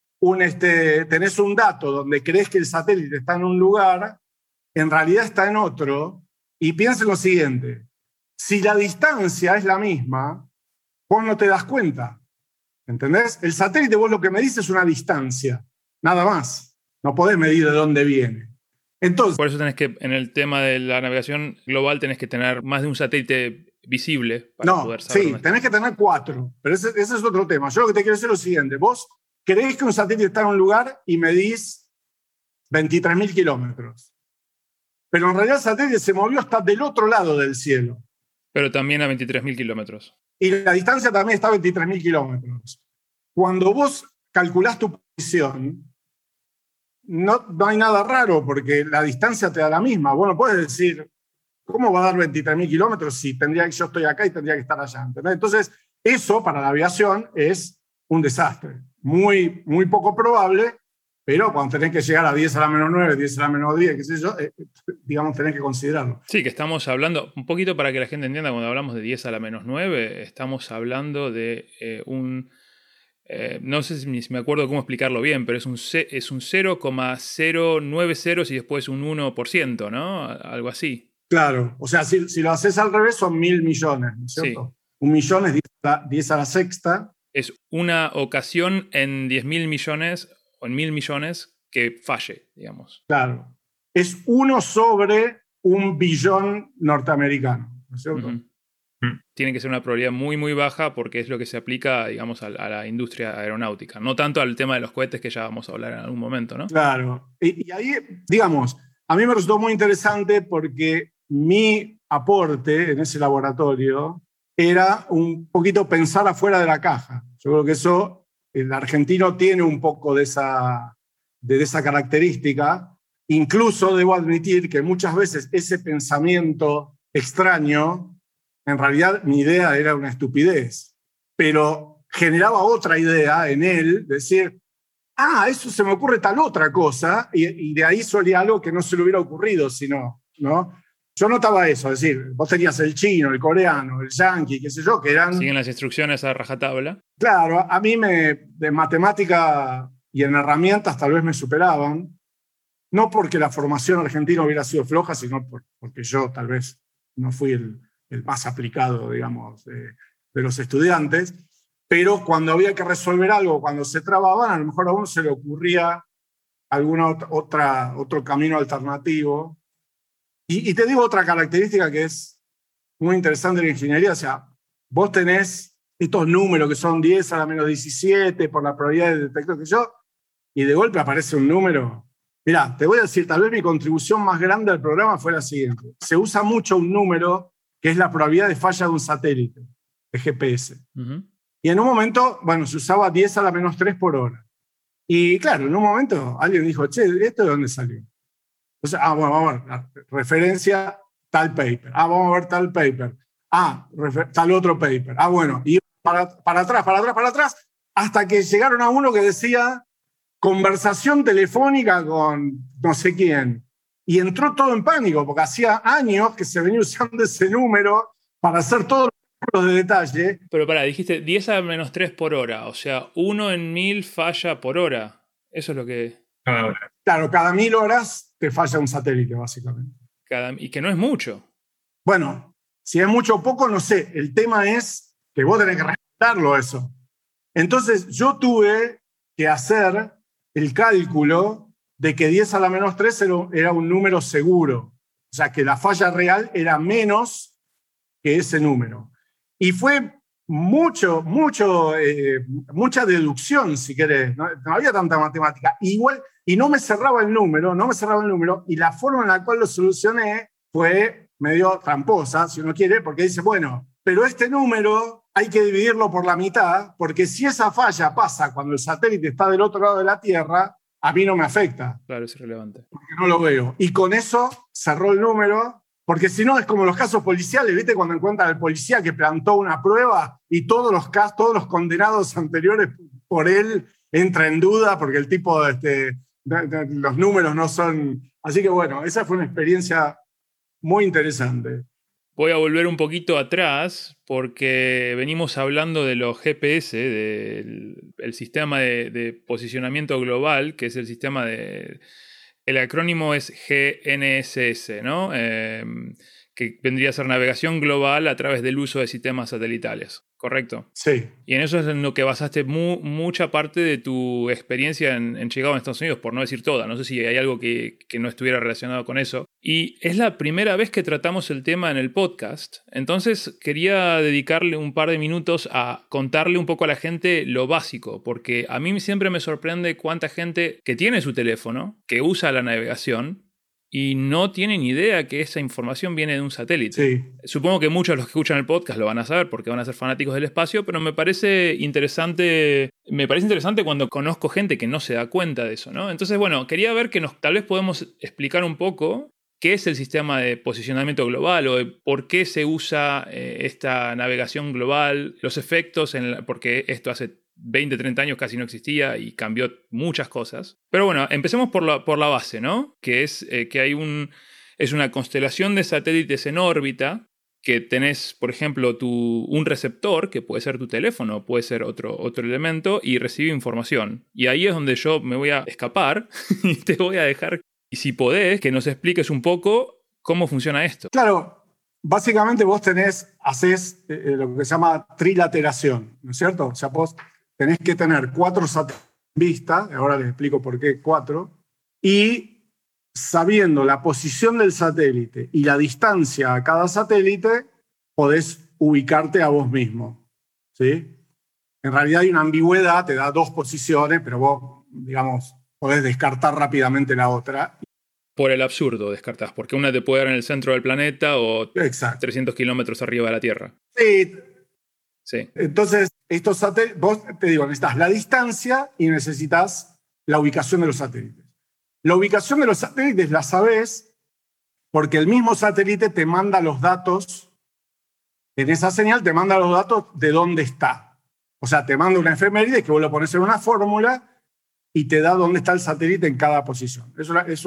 un dato donde crees que el satélite está en un lugar, en realidad está en otro, y piensa en lo siguiente: si la distancia es la misma, vos no te das cuenta. ¿Entendés? El satélite, vos lo que medís es una distancia, nada más. No podés medir de dónde viene. Entonces, por eso tenés que, en el tema de la navegación global, tenés que tener más de un satélite visible para poder saber. Sí, tenés que tener 4, pero ese es otro tema. Yo lo que te quiero decir es lo siguiente: vos creés que un satélite está en un lugar y medís 23.000 kilómetros. Pero en realidad el satélite se movió hasta del otro lado del cielo. Pero también a 23.000 kilómetros. Y la distancia también está a 23.000 kilómetros. Cuando vos calculás tu posición, no hay nada raro porque la distancia te da la misma. Vos no puedes decir, ¿cómo va a dar 23.000 kilómetros si yo estoy acá y tendría que estar allá? ¿Entendés? Entonces, eso para la aviación es un desastre. Muy, muy poco probable, pero cuando tenés que llegar a 10 a la menos 9, 10 a la menos 10, qué sé yo, digamos, tenés que considerarlo. Sí, que estamos hablando, un poquito para que la gente entienda, cuando hablamos de 10 a la menos 9, estamos hablando de no sé si me acuerdo cómo explicarlo bien, pero es un 0,090 y después un 1%, ¿no? Algo así. Claro, o sea, si lo haces al revés son 1.000 millones, ¿no es cierto? Sí. 1 millón es 10 a la sexta. Es una ocasión en 10.000 millones o en 1.000 millones que falle, digamos. Claro. Es 1 sobre 1 billón norteamericano, ¿no es cierto? Uh-huh. Tiene que ser una probabilidad muy, muy baja porque es lo que se aplica, digamos, a la industria aeronáutica. No tanto al tema de los cohetes, que ya vamos a hablar en algún momento, ¿no? Claro. Y ahí, digamos, a mí me resultó muy interesante porque mi aporte en ese laboratorio era un poquito pensar afuera de la caja. Yo creo que eso, el argentino tiene un poco de esa característica. Incluso debo admitir que muchas veces ese pensamiento extraño, en realidad mi idea era una estupidez, pero generaba otra idea en él, decir, eso se me ocurre tal otra cosa, y de ahí salía algo que no se le hubiera ocurrido, sino, ¿no? Yo notaba eso, es decir, vos tenías el chino, el coreano, el yanqui, qué sé yo, que eran... Siguen las instrucciones a rajatabla. Claro, a mí de matemática y en herramientas tal vez me superaban, no porque la formación argentina hubiera sido floja, sino porque yo tal vez no fui el más aplicado, digamos, de los estudiantes, pero cuando había que resolver algo, cuando se trababan, a lo mejor a uno se le ocurría otro camino alternativo. Y te digo otra característica que es muy interesante de la ingeniería, o sea, vos tenés estos números que son 10 a la menos 17 por la probabilidad de detector que yo, y de golpe aparece un número. Mirá, te voy a decir, tal vez mi contribución más grande al programa fue la siguiente. Se usa mucho un número que es la probabilidad de falla de un satélite, de GPS. Uh-huh. Y en un momento, se usaba 10 a la menos 3 por hora. Y claro, en un momento alguien dijo, che, ¿esto de dónde salió? Entonces, vamos a ver, la referencia, tal paper. Vamos a ver tal paper. Tal otro paper. Y para atrás, hasta que llegaron a uno que decía conversación telefónica con no sé quién. Y entró todo en pánico, porque hacía años que se venía usando ese número para hacer todos los de detalle. Pero dijiste 10 a la menos 3 por hora, o sea, 1 en 1.000 falla por hora. Eso es lo que... Cada hora. Claro, cada 1.000 horas te falla un satélite, básicamente. Y que no es mucho. Bueno, si es mucho o poco, no sé. El tema es que vos tenés que respetarlo eso. Entonces, yo tuve que hacer el cálculo de que 10 a la menos 3 era un número seguro. O sea, que la falla real era menos que ese número. Y fue mucha deducción, si querés. No había tanta matemática. Igual, y no me cerraba el número, y la forma en la cual lo solucioné fue medio tramposa, si uno quiere, porque dice, bueno, pero este número hay que dividirlo por la mitad, porque si esa falla pasa cuando el satélite está del otro lado de la Tierra, a mí no me afecta. Claro, es irrelevante. Porque no lo veo. Y con eso cerró el número, porque si no es como los casos policiales, ¿viste? Cuando encuentran al policía que plantó una prueba y todos los condenados anteriores por él entran en duda porque el tipo, los números no son... Así que bueno, esa fue una experiencia muy interesante. Voy a volver un poquito atrás porque venimos hablando de los GPS, del sistema de posicionamiento global, que es el sistema de... El acrónimo es GNSS, ¿no? Que vendría a ser navegación global a través del uso de sistemas satelitales, ¿correcto? Sí. Y en eso es en lo que basaste mucha parte de tu experiencia en Chicago, en Estados Unidos, por no decir toda. No sé si hay algo que no estuviera relacionado con eso. Y es la primera vez que tratamos el tema en el podcast. Entonces quería dedicarle un par de minutos a contarle un poco a la gente lo básico, porque a mí siempre me sorprende cuánta gente que tiene su teléfono, que usa la navegación, y no tienen idea que esa información viene de un satélite. Sí. Supongo que muchos de los que escuchan el podcast lo van a saber porque van a ser fanáticos del espacio, pero me parece interesante cuando conozco gente que no se da cuenta de eso, ¿no? Entonces, bueno, quería ver que tal vez podemos explicar un poco qué es el sistema de posicionamiento global o de por qué se usa esta navegación global, los efectos, porque esto hace 20, 30 años casi no existía y cambió muchas cosas. Pero bueno, empecemos por la base, ¿no? Que es que es una constelación de satélites en órbita, que tenés, por ejemplo, un receptor, que puede ser tu teléfono, puede ser otro elemento, y recibe información. Y ahí es donde yo me voy a escapar y te voy a dejar, y si podés, que nos expliques un poco cómo funciona esto. Claro, básicamente vos hacés lo que se llama trilateración, ¿no es cierto? O sea, vos tenés que tener 4 satélites en vista, ahora les explico por qué 4, y sabiendo la posición del satélite y la distancia a cada satélite, podés ubicarte a vos mismo, ¿sí? En realidad hay una ambigüedad, te da 2 posiciones, pero vos, digamos, podés descartar rápidamente la otra. Por el absurdo descartás, porque una te puede dar en el centro del planeta o Exacto. 300 kilómetros arriba de la Tierra. Sí. Entonces, estos satélites, vos te digo, necesitas la distancia y necesitas la ubicación de los satélites. La ubicación de los satélites la sabés porque el mismo satélite te manda los datos, en esa señal te manda los datos de dónde está. O sea, te manda una efeméride que vos lo pones en una fórmula y te da dónde está el satélite en cada posición. Es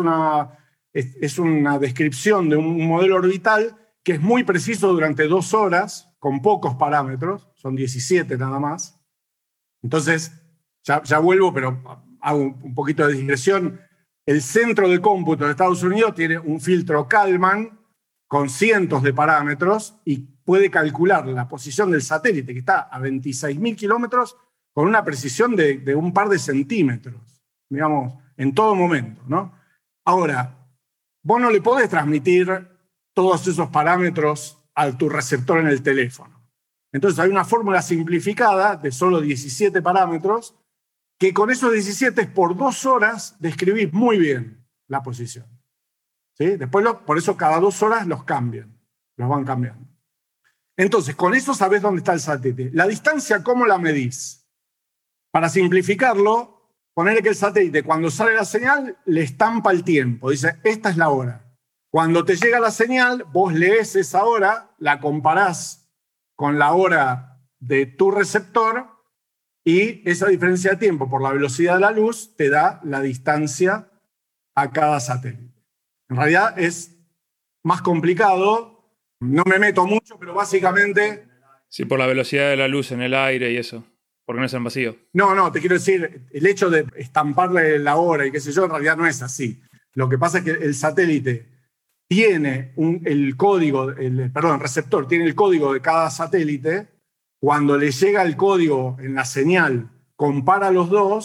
una descripción de un modelo orbital que es muy preciso durante 2 horas, con pocos parámetros, son 17 nada más. Entonces, ya vuelvo, pero hago un poquito de digresión. El centro de cómputo de Estados Unidos tiene un filtro Kalman con cientos de parámetros y puede calcular la posición del satélite, que está a 26.000 kilómetros, con una precisión de un par de centímetros, digamos, en todo momento, ¿no? Ahora, vos no le podés transmitir todos esos parámetros a tu receptor en el teléfono. Entonces hay una fórmula simplificada de solo 17 parámetros que con esos 17 por 2 horas describís muy bien la posición. ¿Sí? Después por eso cada 2 horas los van cambiando. Entonces, con eso sabés dónde está el satélite. La distancia, ¿cómo la medís? Para simplificarlo, ponerle que el satélite cuando sale la señal le estampa el tiempo. Dice, esta es la hora. Cuando te llega la señal, vos lees esa hora, la comparás con la hora de tu receptor y esa diferencia de tiempo por la velocidad de la luz te da la distancia a cada satélite. En realidad es más complicado, no me meto mucho, pero básicamente... Sí, por la velocidad de la luz en el aire y eso, porque no es en vacío. No, te quiero decir, el hecho de estamparle la hora y qué sé yo, en realidad no es así. Lo que pasa es que el satélite tiene el receptor tiene el código de cada satélite. Cuando le llega el código en la señal, compara los dos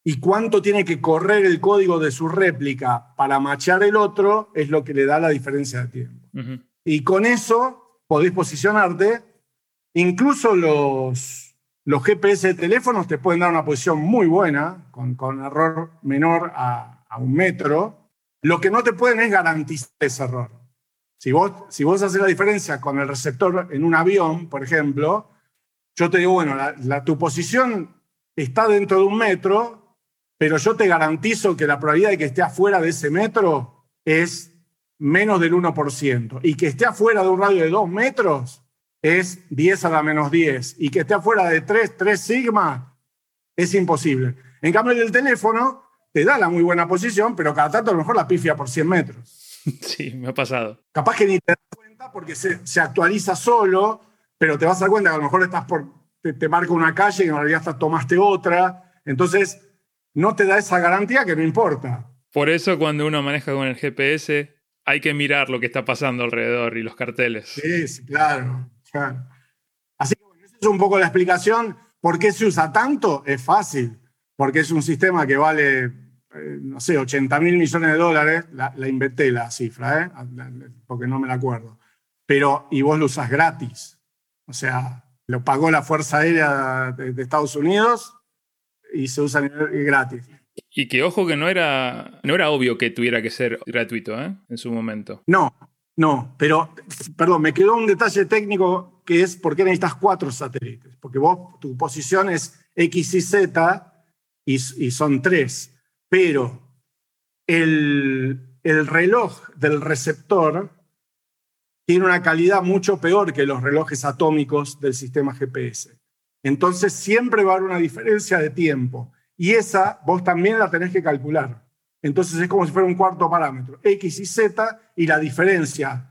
y cuánto tiene que correr el código de su réplica para machear el otro es lo que le da la diferencia de tiempo. Ujú. Y con eso podés posicionarte. Incluso los GPS de teléfonos te pueden dar una posición muy buena, con error menor a 1 metro. Lo que no te pueden es garantizar ese error. Si vos haces la diferencia con el receptor en un avión, por ejemplo, yo te digo, bueno, tu posición está dentro de 1 metro, pero yo te garantizo que la probabilidad de que esté afuera de ese metro es menos del 1%. Y que esté afuera de un radio de 2 metros es 10 a la menos 10. Y que esté afuera de 3 sigma es imposible. En cambio, el teléfono te da la muy buena posición, pero cada tanto a lo mejor la pifia por 100 metros. Sí, me ha pasado. Capaz que ni te das cuenta porque se actualiza solo, pero te vas a dar cuenta que a lo mejor te marca una calle y en realidad hasta tomaste otra. Entonces, no te da esa garantía que no importa. Por eso cuando uno maneja con el GPS hay que mirar lo que está pasando alrededor y los carteles. Sí, claro. Así que bueno, esa es un poco la explicación. ¿Por qué se usa tanto? Es fácil. Porque es un sistema que vale, no sé, 80.000 millones de dólares. La inventé la cifra, porque no me la acuerdo. Y vos lo usás gratis. O sea, lo pagó la Fuerza Aérea de Estados Unidos y se usa gratis. Y que ojo que no era obvio que tuviera que ser gratuito, en su momento. No, pero, perdón, me quedó un detalle técnico que es por qué necesitas 4 satélites. Porque tu posición es X y Z y son 3. Pero el reloj del receptor tiene una calidad mucho peor que los relojes atómicos del sistema GPS. Entonces siempre va a haber una diferencia de tiempo. Y esa vos también la tenés que calcular. Entonces es como si fuera un cuarto parámetro. X y Z y la diferencia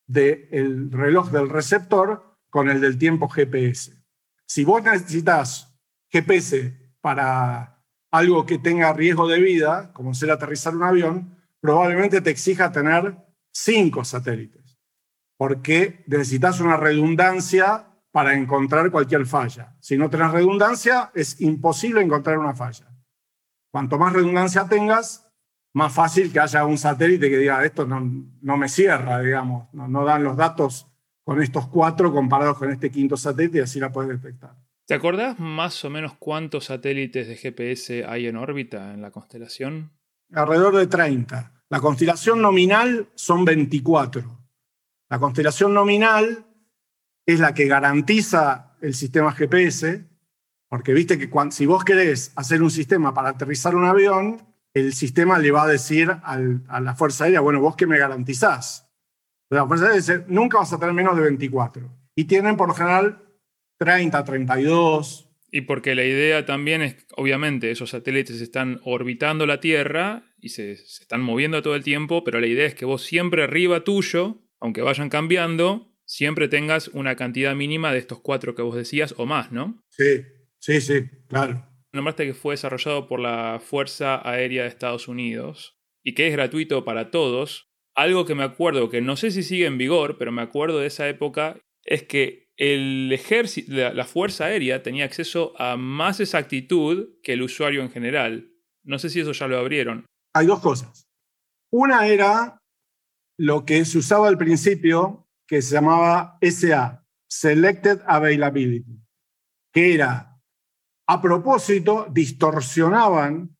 del reloj del receptor con el del tiempo GPS. Si vos necesitas GPS para algo que tenga riesgo de vida, como ser aterrizar un avión, probablemente te exija tener 5 satélites. Porque necesitas una redundancia para encontrar cualquier falla. Si no tenés redundancia, es imposible encontrar una falla. Cuanto más redundancia tengas, más fácil que haya un satélite que diga esto no me cierra, digamos. No dan los datos con estos 4 comparados con este 5º satélite y así la puedes detectar. ¿Te acordás más o menos cuántos satélites de GPS hay en órbita en la constelación? Alrededor de 30. La constelación nominal son 24. La constelación nominal es la que garantiza el sistema GPS, porque viste que si vos querés hacer un sistema para aterrizar un avión, el sistema le va a decir a la Fuerza Aérea, bueno, ¿vos qué me garantizás? La Fuerza Aérea dice, nunca vas a tener menos de 24. Y tienen por lo general 30, 32. Y porque la idea también es, obviamente, esos satélites están orbitando la Tierra y se están moviendo todo el tiempo, pero la idea es que vos siempre arriba tuyo, aunque vayan cambiando, siempre tengas una cantidad mínima de estos 4 que vos decías o más, ¿no? Sí, claro. Nombraste que fue desarrollado por la Fuerza Aérea de Estados Unidos y que es gratuito para todos. Algo que me acuerdo, que no sé si sigue en vigor, pero me acuerdo de esa época, es que el ejército, la Fuerza Aérea tenía acceso a más exactitud que el usuario en general. No sé si eso ya lo abrieron. Hay 2 cosas. Una era lo que se usaba al principio, que se llamaba SA, Selected Availability, que era, a propósito, distorsionaban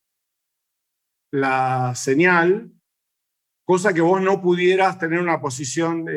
la señal, cosa que vos no pudieras tener una posición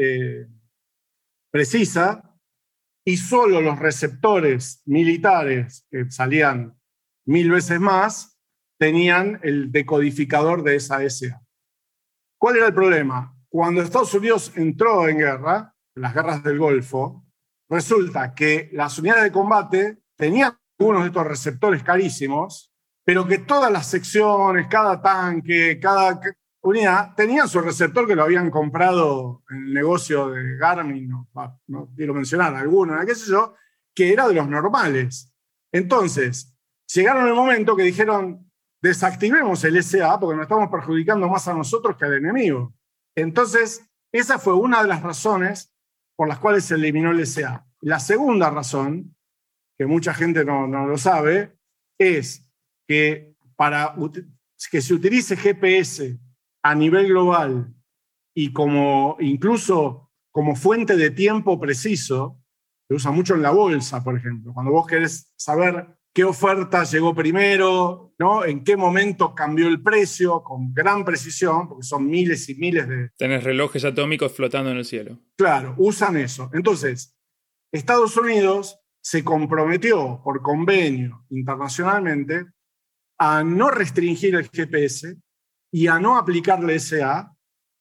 precisa, y solo los receptores militares, que salían 1000 veces más, tenían el decodificador de esa SA. ¿Cuál era el problema? Cuando Estados Unidos entró en guerra, en las guerras del Golfo, resulta que las unidades de combate tenían algunos de estos receptores carísimos, pero que todas las secciones, cada tanque, cada unidad, tenían su receptor que lo habían comprado en el negocio de Garmin, no quiero mencionar alguno, qué sé yo, que era de los normales. Entonces, llegaron el momento que dijeron, desactivemos el SA porque nos estamos perjudicando más a nosotros que al enemigo. Entonces, esa fue una de las razones por las cuales se eliminó el SA. La segunda razón, que mucha gente no lo sabe, es que para que se utilice GPS a nivel global y incluso como fuente de tiempo preciso, se usa mucho en la bolsa, por ejemplo. Cuando vos querés saber qué oferta llegó primero, ¿no? En qué momento cambió el precio, con gran precisión, porque son miles y miles de... Tenés relojes atómicos flotando en el cielo. Claro, usan eso. Entonces, Estados Unidos se comprometió por convenio internacionalmente a no restringir el GPS y a no aplicarle SA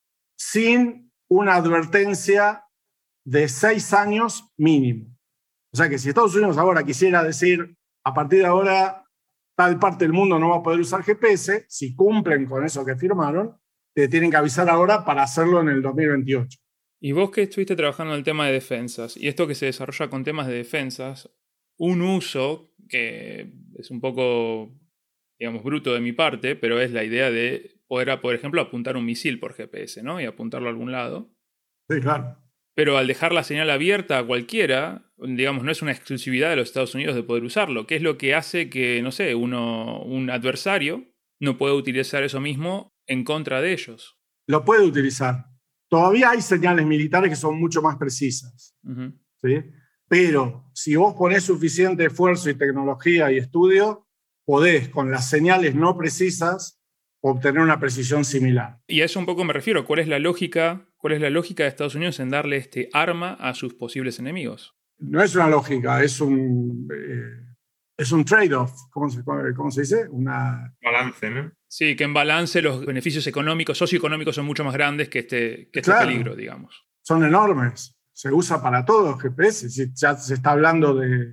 sin una advertencia de 6 años mínimo. O sea que si Estados Unidos ahora quisiera decir, a partir de ahora tal parte del mundo no va a poder usar GPS, si cumplen con eso que firmaron, te tienen que avisar ahora para hacerlo en el 2028. Y vos que estuviste trabajando en el tema de defensas, y esto que se desarrolla con temas de defensas, un uso que es un poco, digamos, bruto de mi parte, pero es la idea de poder, por ejemplo, apuntar un misil por GPS, ¿no? Y apuntarlo a algún lado. Sí, claro. Pero al dejar la señal abierta a cualquiera, digamos, no es una exclusividad de los Estados Unidos de poder usarlo, que es lo que hace que, no sé, un adversario no pueda utilizar eso mismo en contra de ellos. Lo puede utilizar. Todavía hay señales militares que son mucho más precisas. Uh-huh. ¿Sí? Pero si vos ponés suficiente esfuerzo y tecnología y estudio, podés, con las señales no precisas, obtener una precisión similar. Y a eso un poco me refiero. ¿Cuál es la lógica de Estados Unidos en darle este arma a sus posibles enemigos? No es una lógica, es un trade-off. ¿Cómo se dice? Balance, ¿no? Sí, que en balance los beneficios económicos, socioeconómicos son mucho más grandes que este Claro, peligro, digamos. Son enormes. Se usa para todo GPS. Ya se está hablando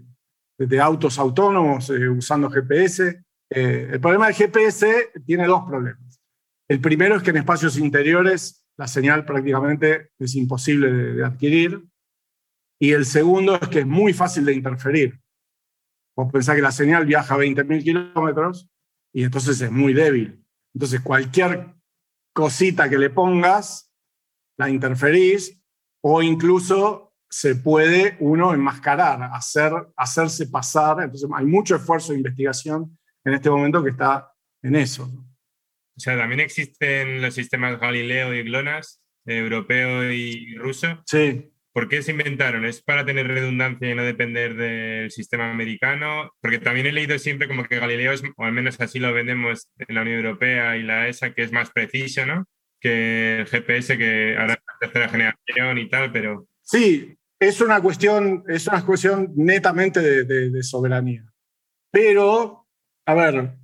de autos autónomos usando GPS. El problema del GPS tiene 2 problemas. El primero es que en espacios interiores la señal prácticamente es imposible de adquirir. Y el segundo es que es muy fácil de interferir. Vos pensás que la señal viaja a 20.000 kilómetros y entonces es muy débil. Entonces cualquier cosita que le pongas, la interferís o incluso se puede uno enmascarar, hacerse pasar. Entonces hay mucho esfuerzo de investigación en este momento que está en eso. O sea, también existen los sistemas Galileo y GLONASS, europeo y ruso. Sí. ¿Por qué se inventaron? ¿Es para tener redundancia y no depender del sistema americano? Porque también he leído siempre como que Galileo es, o al menos así lo vendemos en la Unión Europea y la ESA, que es más preciso, ¿no? Que el GPS, que ahora es la tercera generación y tal, pero... Sí, es una cuestión netamente de soberanía. Pero, a ver,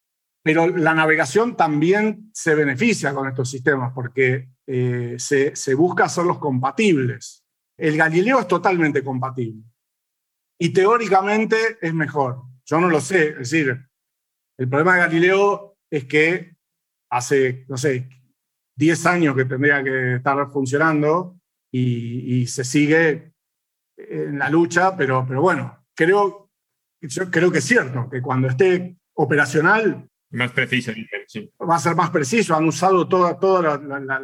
la navegación también se beneficia con estos sistemas porque se busca hacerlos compatibles. El Galileo es totalmente compatible y teóricamente es mejor. Yo no lo sé, es decir, el problema de Galileo es que hace, no sé, 10 años que tendría que estar funcionando y se sigue en la lucha, pero bueno, yo creo que es cierto, que cuando esté operacional... Más preciso, sí. Va a ser más preciso. Han usado todas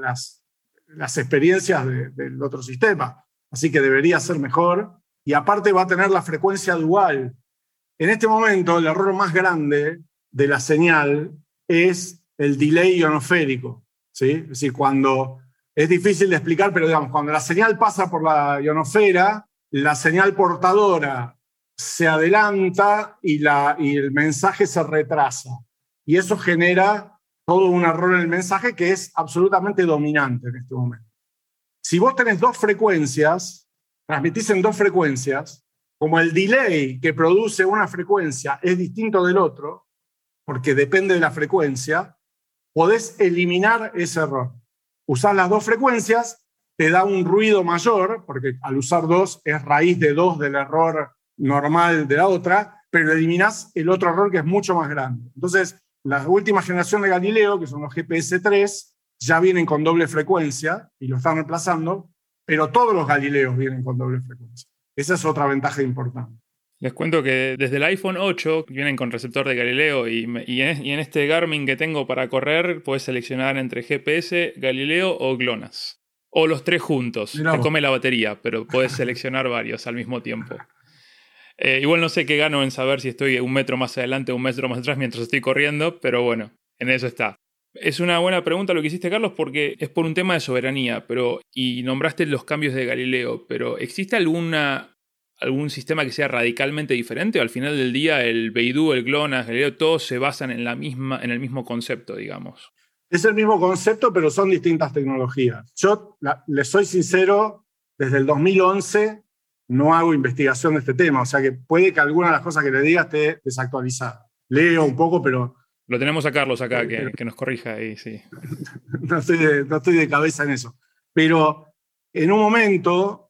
las experiencias del otro sistema. Así que debería ser mejor. Y aparte va a tener la frecuencia dual. En este momento, el error más grande de la señal es el delay ionosférico. ¿Sí? Es decir, cuando es difícil de explicar, pero digamos, cuando la señal pasa por la ionosfera, la señal portadora se adelanta y el mensaje se retrasa. Y eso genera todo un error en el mensaje que es absolutamente dominante en este momento. Si vos tenés 2 frecuencias, transmitís en 2 frecuencias, como el delay que produce una frecuencia es distinto del otro, porque depende de la frecuencia, podés eliminar ese error. Usás las 2 frecuencias, te da un ruido mayor, porque al usar 2 es raíz de 2 del error normal de la otra, pero eliminás el otro error que es mucho más grande. Entonces, la última generación de Galileo, que son los GPS-3, ya vienen con doble frecuencia y lo están reemplazando, pero todos los Galileos vienen con doble frecuencia. Esa es otra ventaja importante. Les cuento que desde el iPhone 8 vienen con receptor de Galileo y en este Garmin que tengo para correr puedes seleccionar entre GPS, Galileo o GLONASS. O los 3 juntos. Te come la batería, pero puedes seleccionar varios al mismo tiempo. Igual no sé qué gano en saber si estoy un metro más adelante o un metro más atrás mientras estoy corriendo, pero bueno, en eso está. Es una buena pregunta lo que hiciste, Carlos, porque es por un tema de soberanía, y nombraste los cambios de Galileo, pero ¿existe algún sistema que sea radicalmente diferente? ¿O al final del día el Beidou, el GLONASS, Galileo, todos se basan en el mismo concepto, digamos? Es el mismo concepto, pero son distintas tecnologías. Yo, les soy sincero, desde el 2011 no hago investigación de este tema, o sea que puede que alguna de las cosas que le diga esté desactualizada. Leo un poco, pero... Lo tenemos a Carlos acá, que nos corrija ahí, sí. No estoy de cabeza en eso. Pero en un momento,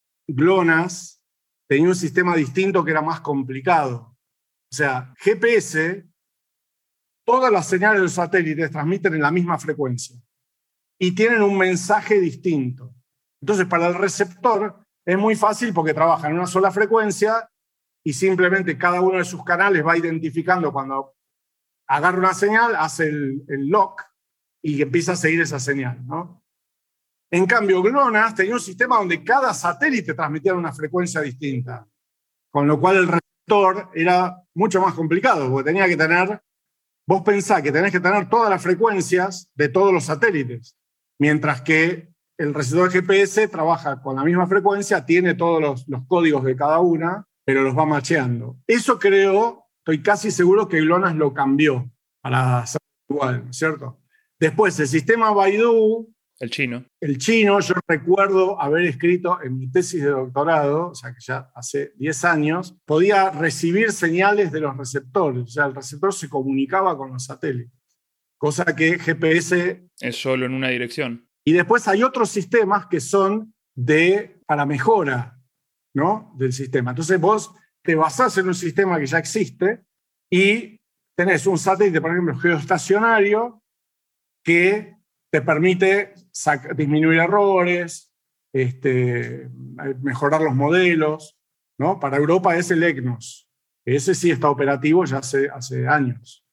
GLONASS tenía un sistema distinto que era más complicado. O sea, GPS, todas las señales de los satélites transmiten en la misma frecuencia y tienen un mensaje distinto. Entonces, para el receptor es muy fácil porque trabaja en una sola frecuencia y simplemente cada uno de sus canales va identificando cuando agarra una señal, hace el lock y empieza a seguir esa señal, ¿no? En cambio, GLONASS tenía un sistema donde cada satélite transmitía una frecuencia distinta, con lo cual el receptor era mucho más complicado, porque tenía que tener, vos pensás que tenés que tener todas las frecuencias de todos los satélites, mientras que el receptor de GPS trabaja con la misma frecuencia, tiene todos los códigos de cada una, pero los va macheando. Eso creo, estoy casi seguro que GLONASS lo cambió para hacer igual, ¿cierto? Después, el sistema Beidou, el chino, yo recuerdo haber escrito en mi tesis de doctorado, o sea que ya hace 10 años, podía recibir señales de los receptores, o sea, el receptor se comunicaba con los satélites, cosa que GPS... Es solo en una dirección. Y después hay otros sistemas que son para mejora, ¿no?, del sistema. Entonces vos te basás en un sistema que ya existe y tenés un satélite, por ejemplo, geoestacionario, que te permite disminuir errores, mejorar los modelos, ¿no? Para Europa es el EGNOS. Ese sí está operativo ya hace años.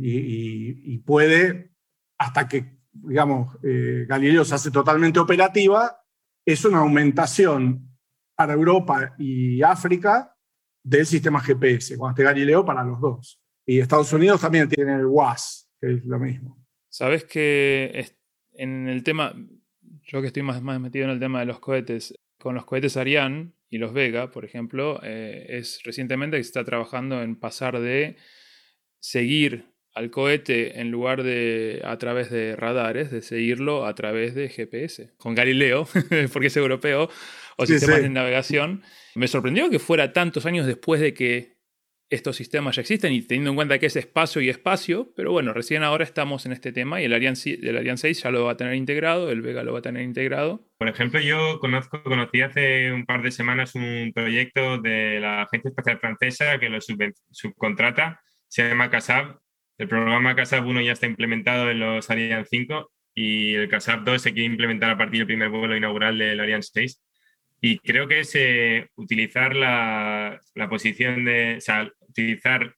Y puede, hasta que, digamos, Galileo se hace totalmente operativa, es una aumentación para Europa y África del sistema GPS, cuando esté Galileo para los dos. Y Estados Unidos también tiene el WASP, que es lo mismo. Sabes que en el tema, yo que estoy más metido en el tema de los cohetes, con los cohetes Ariane y los Vega, por ejemplo, es recientemente que se está trabajando en pasar de seguir al cohete en lugar de a través de radares, de seguirlo a través de GPS, con Galileo, porque es europeo, o sistemas de navegación. Me sorprendió que fuera tantos años después de que estos sistemas ya existen y teniendo en cuenta que es espacio y espacio, pero bueno, recién ahora estamos en este tema y el Ariane 6 ya lo va a tener integrado, el Vega lo va a tener integrado. Por ejemplo, yo conocí hace un par de semanas un proyecto de la Agencia Espacial Francesa que lo subcontrata, se llama CASAB. El programa CASAB 1 ya está implementado en los Ariane 5 y el CASAB 2 se quiere implementar a partir del primer vuelo inaugural del Ariane 6. Y creo que es utilizar la posición o sea, utilizar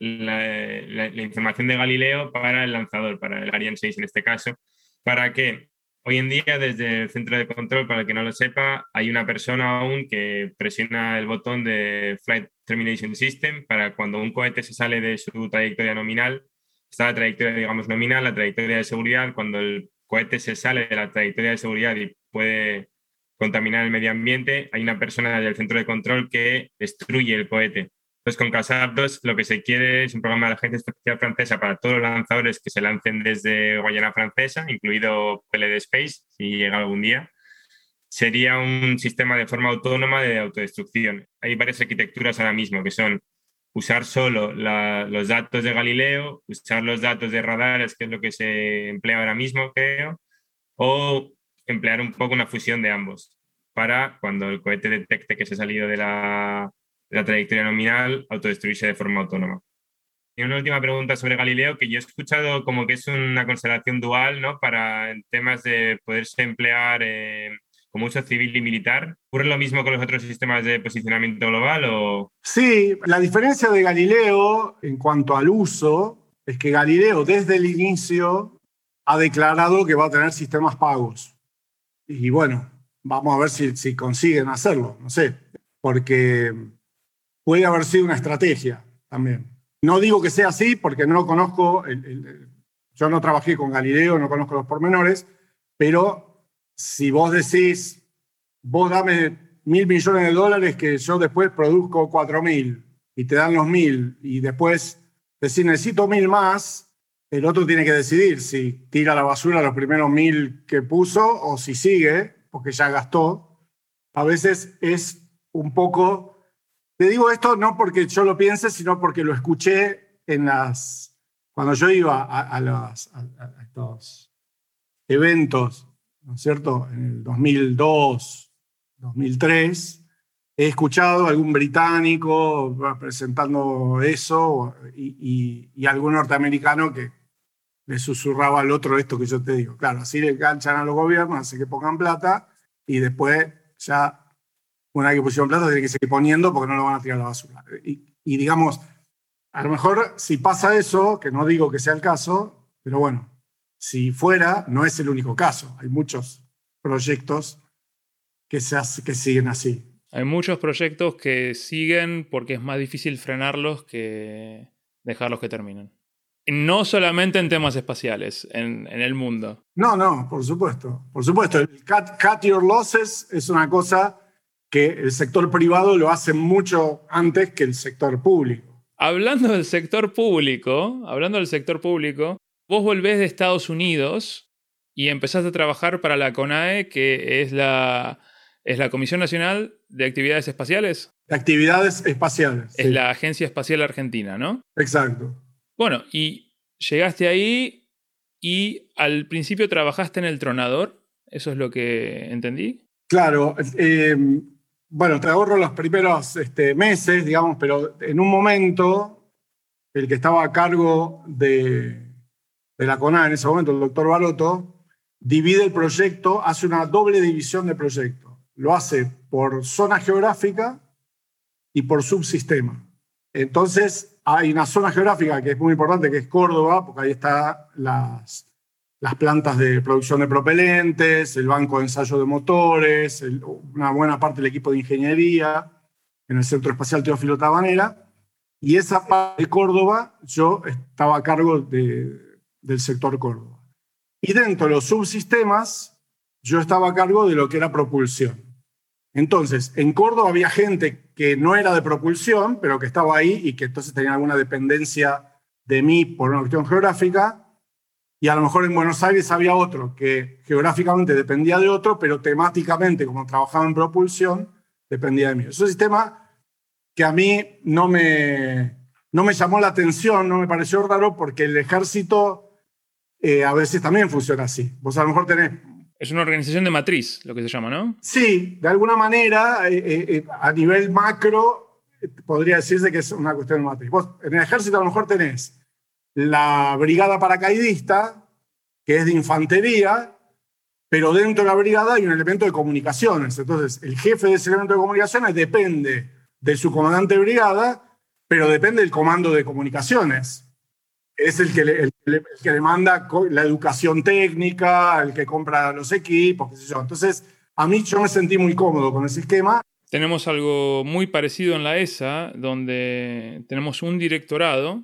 la información de Galileo para el lanzador, para el Ariane 6 en este caso, para que hoy en día desde el centro de control, para el que no lo sepa, hay una persona aún que presiona el botón de Flight Termination System para cuando un cohete se sale de su trayectoria nominal, está la trayectoria, digamos, nominal, la trayectoria de seguridad, cuando el cohete se sale de la trayectoria de seguridad y puede contaminar el medio ambiente, hay una persona del centro de control que destruye el cohete. Entonces, con CASAB 2 lo que se quiere es un programa de la Agencia Espacial Francesa para todos los lanzadores que se lancen desde Guayana Francesa, incluido PLD Space, si llega algún día. Sería un sistema de forma autónoma de autodestrucción. Hay varias arquitecturas ahora mismo que son usar solo los datos de Galileo, usar los datos de radares, que es lo que se emplea ahora mismo, creo, o emplear un poco una fusión de ambos para cuando el cohete detecte que se ha salido de la trayectoria nominal, autodestruirse de forma autónoma. Y una última pregunta sobre Galileo, que yo he escuchado como que es una constelación dual, ¿no?, para en temas de poderse emplear como uso civil y militar. ¿Ocurre lo mismo con los otros sistemas de posicionamiento global? ¿O? Sí, la diferencia de Galileo en cuanto al uso es que Galileo desde el inicio ha declarado que va a tener sistemas pagos. Y bueno, vamos a ver si consiguen hacerlo, no sé, porque puede haber sido una estrategia también. No digo que sea así porque no conozco, yo no trabajé con Galileo, no conozco los pormenores, pero si vos decís, vos dame $1.000 millones que yo después produzco 4.000 y te dan los 1.000 y después decís necesito 1.000 más, el otro tiene que decidir si tira a la basura los primeros 1.000 que puso o si sigue, porque ya gastó. A veces es un poco... Te digo esto no porque yo lo piense, sino porque lo escuché cuando yo iba a estos eventos, ¿no es cierto? En el 2002, 2003, he escuchado a algún británico presentando eso y algún norteamericano que le susurraba al otro esto que yo te digo. Claro, así le enganchan a los gobiernos, hace que pongan plata y después ya... Una vez que pusieron plata, tiene que seguir poniendo porque no lo van a tirar a la basura. Y digamos, a lo mejor si pasa eso, que no digo que sea el caso, pero bueno, si fuera, no es el único caso. Hay muchos proyectos que siguen así. Hay muchos proyectos que siguen porque es más difícil frenarlos que dejarlos que terminen. No solamente en temas espaciales, en el mundo. No, por supuesto. Por supuesto, el cut your losses es una cosa que el sector privado lo hace mucho antes que el sector público. Hablando del sector público, vos volvés de Estados Unidos y empezaste a trabajar para la CONAE, que es la Comisión Nacional de Actividades Espaciales. De Actividades Espaciales. Es la Agencia Espacial Argentina, ¿no? Exacto. Bueno, y llegaste ahí y al principio trabajaste en el tronador. ¿Eso es lo que entendí? Claro. Bueno, te ahorro los primeros meses, digamos, pero en un momento el que estaba a cargo de la CONAE en ese momento, el doctor Baroto, divide el proyecto, hace una doble división de proyecto. Lo hace por zona geográfica y por subsistema. Entonces hay una zona geográfica que es muy importante, que es Córdoba, porque ahí están las plantas de producción de propelentes, el banco de ensayo de motores, una buena parte del equipo de ingeniería en el Centro Espacial Teófilo Tabanera. Y esa parte de Córdoba, yo estaba a cargo del sector Córdoba. Y dentro de los subsistemas, yo estaba a cargo de lo que era propulsión. Entonces, en Córdoba había gente que no era de propulsión, pero que estaba ahí y que entonces tenía alguna dependencia de mí por una cuestión geográfica. Y a lo mejor en Buenos Aires había otro que geográficamente dependía de otro, pero temáticamente, como trabajaba en propulsión, dependía de mí. Es un sistema que a mí no me llamó la atención, no me pareció raro, porque el ejército a veces también funciona así. Vos a lo mejor tenés... Es una organización de matriz, lo que se llama, ¿no? Sí, de alguna manera, a nivel macro, podría decirse que es una cuestión de matriz. Vos en el ejército a lo mejor tenés la brigada paracaidista, que es de infantería, pero dentro de la brigada hay un elemento de comunicaciones. Entonces, el jefe de ese elemento de comunicaciones depende de su comandante de brigada, pero depende del comando de comunicaciones. Es el que le manda la educación técnica, el que compra los equipos, qué sé yo. Entonces, yo me sentí muy cómodo con ese esquema. Tenemos algo muy parecido en la ESA, donde tenemos un directorio,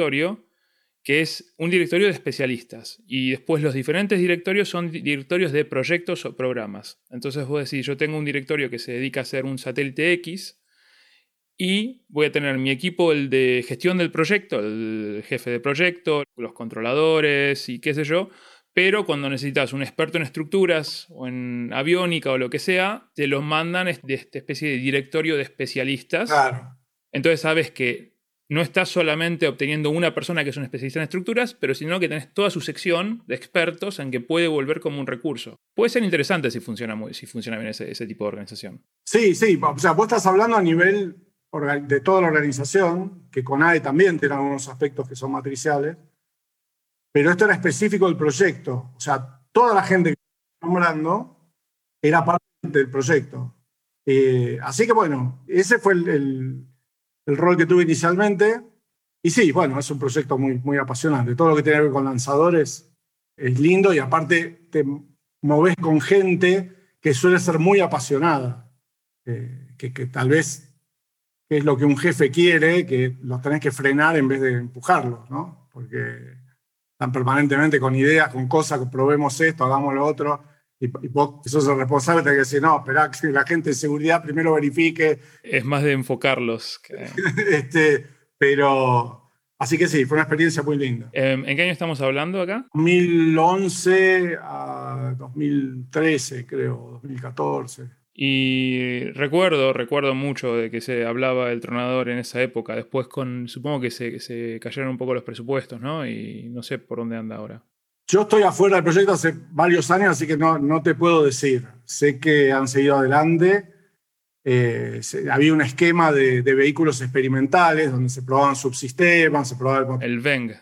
que es un directorio de especialistas. Y después los diferentes directorios son directorios de proyectos o programas. Entonces vos decís, yo tengo un directorio que se dedica a hacer un satélite X y voy a tener mi equipo, el de gestión del proyecto, el jefe de proyecto, los controladores y qué sé yo. Pero cuando necesitas un experto en estructuras o en aviónica o lo que sea, te los mandan de esta especie de directorio de especialistas. Claro. Entonces sabes que no estás solamente obteniendo una persona que es un especialista en estructuras, pero sino que tenés toda su sección de expertos en que puede volver como un recurso. Puede ser interesante si funciona bien ese tipo de organización. Sí. O sea, vos estás hablando a nivel de toda la organización, que CONAE también tiene algunos aspectos que son matriciales, pero esto era específico del proyecto. O sea, toda la gente que estoy nombrando era parte del proyecto. Así que bueno, ese fue el rol que tuve inicialmente. Y sí, bueno, es un proyecto muy, muy apasionante. Todo lo que tiene que ver con lanzadores es lindo y aparte te movés con gente que suele ser muy apasionada, que tal vez que es lo que un jefe quiere, que los tenés que frenar en vez de empujarlos, ¿no? Porque están permanentemente con ideas, con cosas, que probemos esto, hagamos lo otro, y vos, que sos el responsable, tenés que decir, no, esperá que la gente de seguridad primero verifique. Es más de enfocarlos. Pero, así que sí, fue una experiencia muy linda. ¿En qué año estamos hablando acá? 2011 a 2013, creo, 2014. Y recuerdo mucho de que se hablaba del Tronador en esa época. Después supongo que se cayeron un poco los presupuestos, ¿no? Y no sé por dónde anda ahora. Yo estoy afuera del proyecto hace varios años, así que no te puedo decir. Sé que han seguido adelante. Había un esquema de vehículos experimentales donde se probaban subsistemas, se probaba el VENG.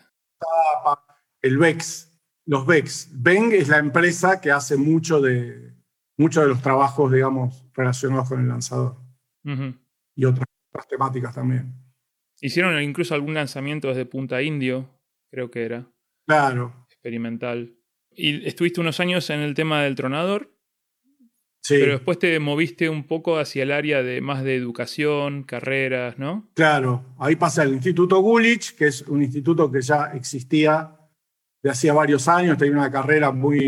El VEX, los VEX. VENG es la empresa que hace muchos de los trabajos, digamos, relacionados con el lanzador. Uh-huh. Y otras temáticas también. Hicieron incluso algún lanzamiento desde Punta Indio, creo que era. Claro. Experimental. Y estuviste unos años en el tema del Tronador. Sí. Pero después te moviste un poco hacia el área más de educación, carreras, ¿no? Claro. Ahí pasa el Instituto Gulich, que es un instituto que ya existía de hacía varios años. Tenía una carrera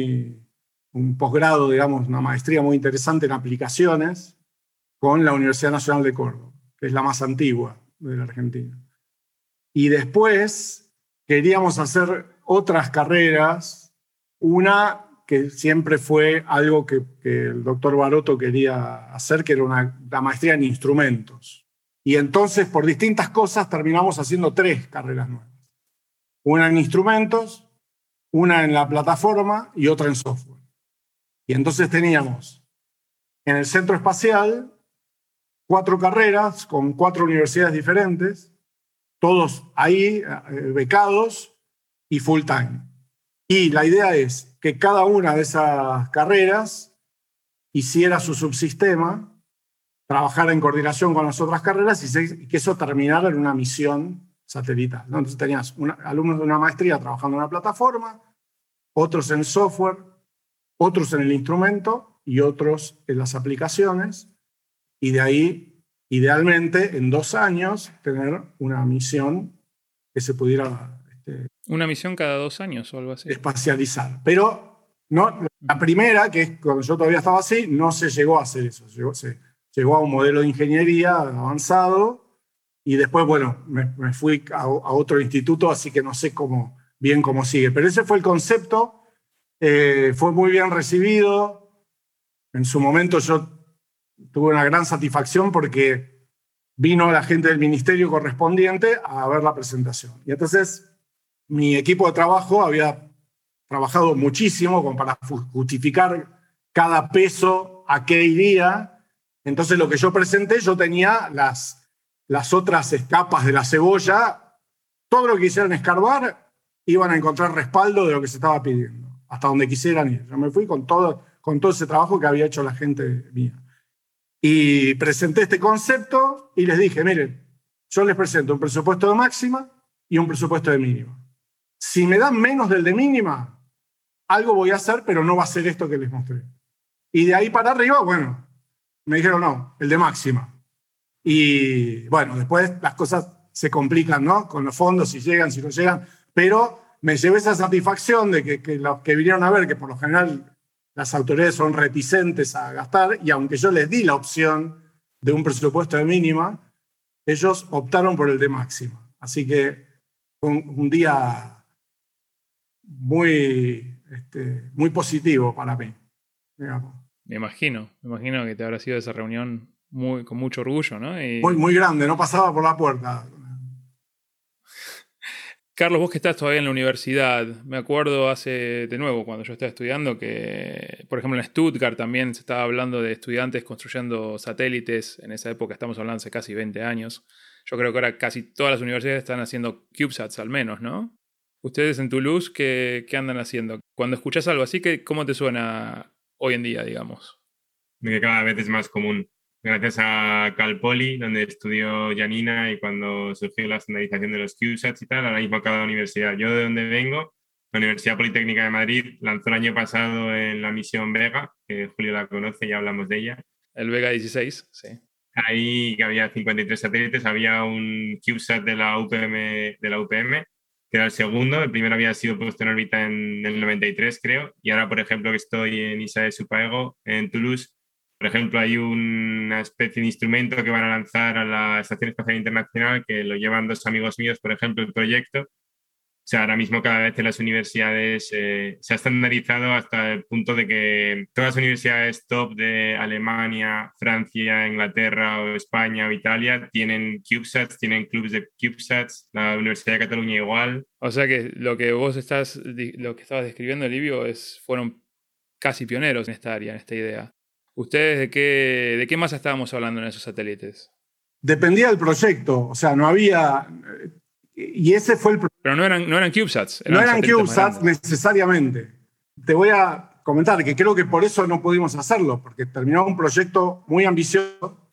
un posgrado, digamos, una maestría muy interesante en aplicaciones con la Universidad Nacional de Córdoba, que es la más antigua de la Argentina. Y después queríamos hacer otras carreras, una que siempre fue algo que el doctor Baroto quería hacer, que era la maestría en instrumentos. Y entonces, por distintas cosas, terminamos haciendo 3 carreras nuevas. Una en instrumentos, una en la plataforma y otra en software. Y entonces teníamos en el centro espacial 4 carreras con 4 universidades diferentes, todos ahí becados y full time. Y la idea es que cada una de esas carreras hiciera su subsistema, trabajara en coordinación con las otras carreras y que eso terminara en una misión satelital, ¿no? Entonces tenías alumnos de una maestría trabajando en una plataforma, otros en software, otros en el instrumento y otros en las aplicaciones, y de ahí, idealmente, en 2 años, tener una misión que se pudiera... ¿Una misión cada 2 años o algo así? Espacializar. Pero no, la primera, que es cuando yo todavía estaba así, no se llegó a hacer eso. Se llegó a un modelo de ingeniería avanzado y después, bueno, me fui a otro instituto, así que no sé bien cómo sigue. Pero ese fue el concepto. Fue muy bien recibido. En su momento yo tuve una gran satisfacción porque vino la gente del ministerio correspondiente a ver la presentación. Y entonces mi equipo de trabajo había trabajado muchísimo como para justificar cada peso a qué iría. Entonces lo que yo presenté, yo tenía las otras capas de la cebolla. Todo lo que quisieran escarbar iban a encontrar respaldo de lo que se estaba pidiendo, hasta donde quisieran ir. Yo me fui con todo ese trabajo que había hecho la gente mía. Y presenté este concepto y les dije, miren, yo les presento un presupuesto de máxima y un presupuesto de mínima. Si me dan menos del de mínima, algo voy a hacer, pero no va a ser esto que les mostré. Y de ahí para arriba, bueno, me dijeron no, el de máxima. Y bueno, después las cosas se complican, ¿no? Con los fondos, si llegan, si no llegan. Pero me llevé esa satisfacción de que los que vinieron a ver, que por lo general las autoridades son reticentes a gastar, y aunque yo les di la opción de un presupuesto de mínima, ellos optaron por el de máxima. Así que fue un día muy positivo para mí, digamos. Me imagino que te habrá sido esa reunión con mucho orgullo, ¿no? Muy grande, no pasaba por la puerta. Carlos, vos que estás todavía en la universidad, me acuerdo de nuevo, cuando yo estaba estudiando, que, por ejemplo, en Stuttgart también se estaba hablando de estudiantes construyendo satélites. En esa época, estamos hablando hace casi 20 años. Yo creo que ahora casi todas las universidades están haciendo CubeSats al menos, ¿no? Ustedes en Toulouse, ¿qué andan haciendo? Cuando escuchás algo así, ¿cómo te suena hoy en día, digamos? Que cada vez es más común. Gracias a Cal Poly, donde estudió Janina, y cuando surgió la estandarización de los CubeSats y tal, ahora mismo cada universidad. Yo de donde vengo, la Universidad Politécnica de Madrid lanzó el año pasado en la misión Vega, que Julio la conoce, ya hablamos de ella. El Vega 16, sí. ahí que había 53 satélites, había un CubeSat de la UPM, que era el segundo. El primero había sido puesto en órbita en el 93, creo. Y ahora, por ejemplo, que estoy en ISA de Supaego, en Toulouse, por ejemplo, hay una especie de instrumento que van a lanzar a la Estación Espacial Internacional, que lo llevan dos amigos míos, por ejemplo, el proyecto. O sea, ahora mismo cada vez en las universidades se ha estandarizado hasta el punto de que todas las universidades top de Alemania, Francia, Inglaterra o España o Italia tienen CubeSats, tienen clubes de CubeSats, la Universidad de Cataluña igual. O sea que lo que estabas describiendo, Livio, fueron casi pioneros en esta área, en esta idea. ¿Ustedes de qué masa estábamos hablando en esos satélites? Dependía del proyecto, o sea, no había... Y ese fue el problema. Pero no eran CubeSats. No eran CubeSats necesariamente. Te voy a comentar que creo que por eso no pudimos hacerlo, porque terminó un proyecto muy ambicioso,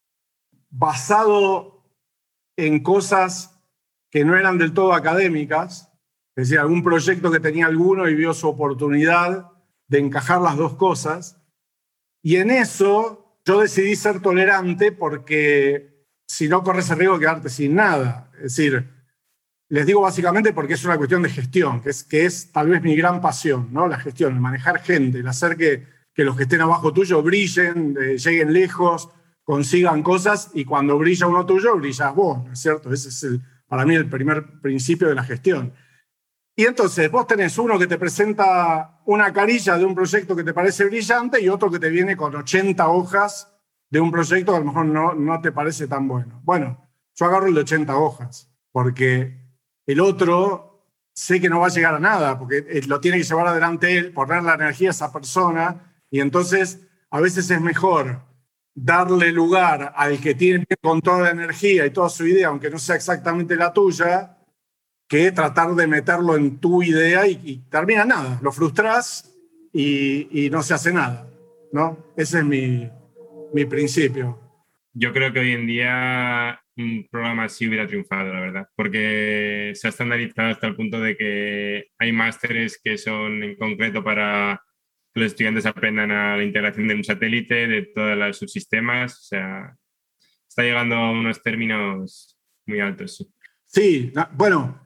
basado en cosas que no eran del todo académicas, es decir, algún proyecto que tenía alguno y vio su oportunidad de encajar las dos cosas. Y en eso yo decidí ser tolerante porque si no corres el riesgo de quedarte sin nada. Es decir, les digo básicamente porque es una cuestión de gestión, que es tal vez mi gran pasión, ¿no? La gestión, el manejar gente, el hacer que los que estén abajo tuyo brillen, lleguen lejos, consigan cosas, y cuando brilla uno tuyo, brillas vos, ¿no es cierto? Ese es para mí el primer principio de la gestión. Y entonces vos tenés uno que te presenta una carilla de un proyecto que te parece brillante y otro que te viene con 80 hojas de un proyecto que a lo mejor no te parece tan bueno. Bueno, yo agarro el de 80 hojas, porque el otro sé que no va a llegar a nada, porque lo tiene que llevar adelante él, poner la energía a esa persona, y entonces a veces es mejor darle lugar al que tiene con toda la energía y toda su idea, aunque no sea exactamente la tuya, que tratar de meterlo en tu idea y termina nada. Lo frustrás y no se hace nada, ¿no? Ese es mi principio. Yo creo que hoy en día un programa así hubiera triunfado, la verdad, porque se ha estandarizado hasta el punto de que hay másteres que son en concreto para que los estudiantes aprendan a la integración de un satélite, de todos los subsistemas. O sea, está llegando a unos términos muy altos. Sí, bueno,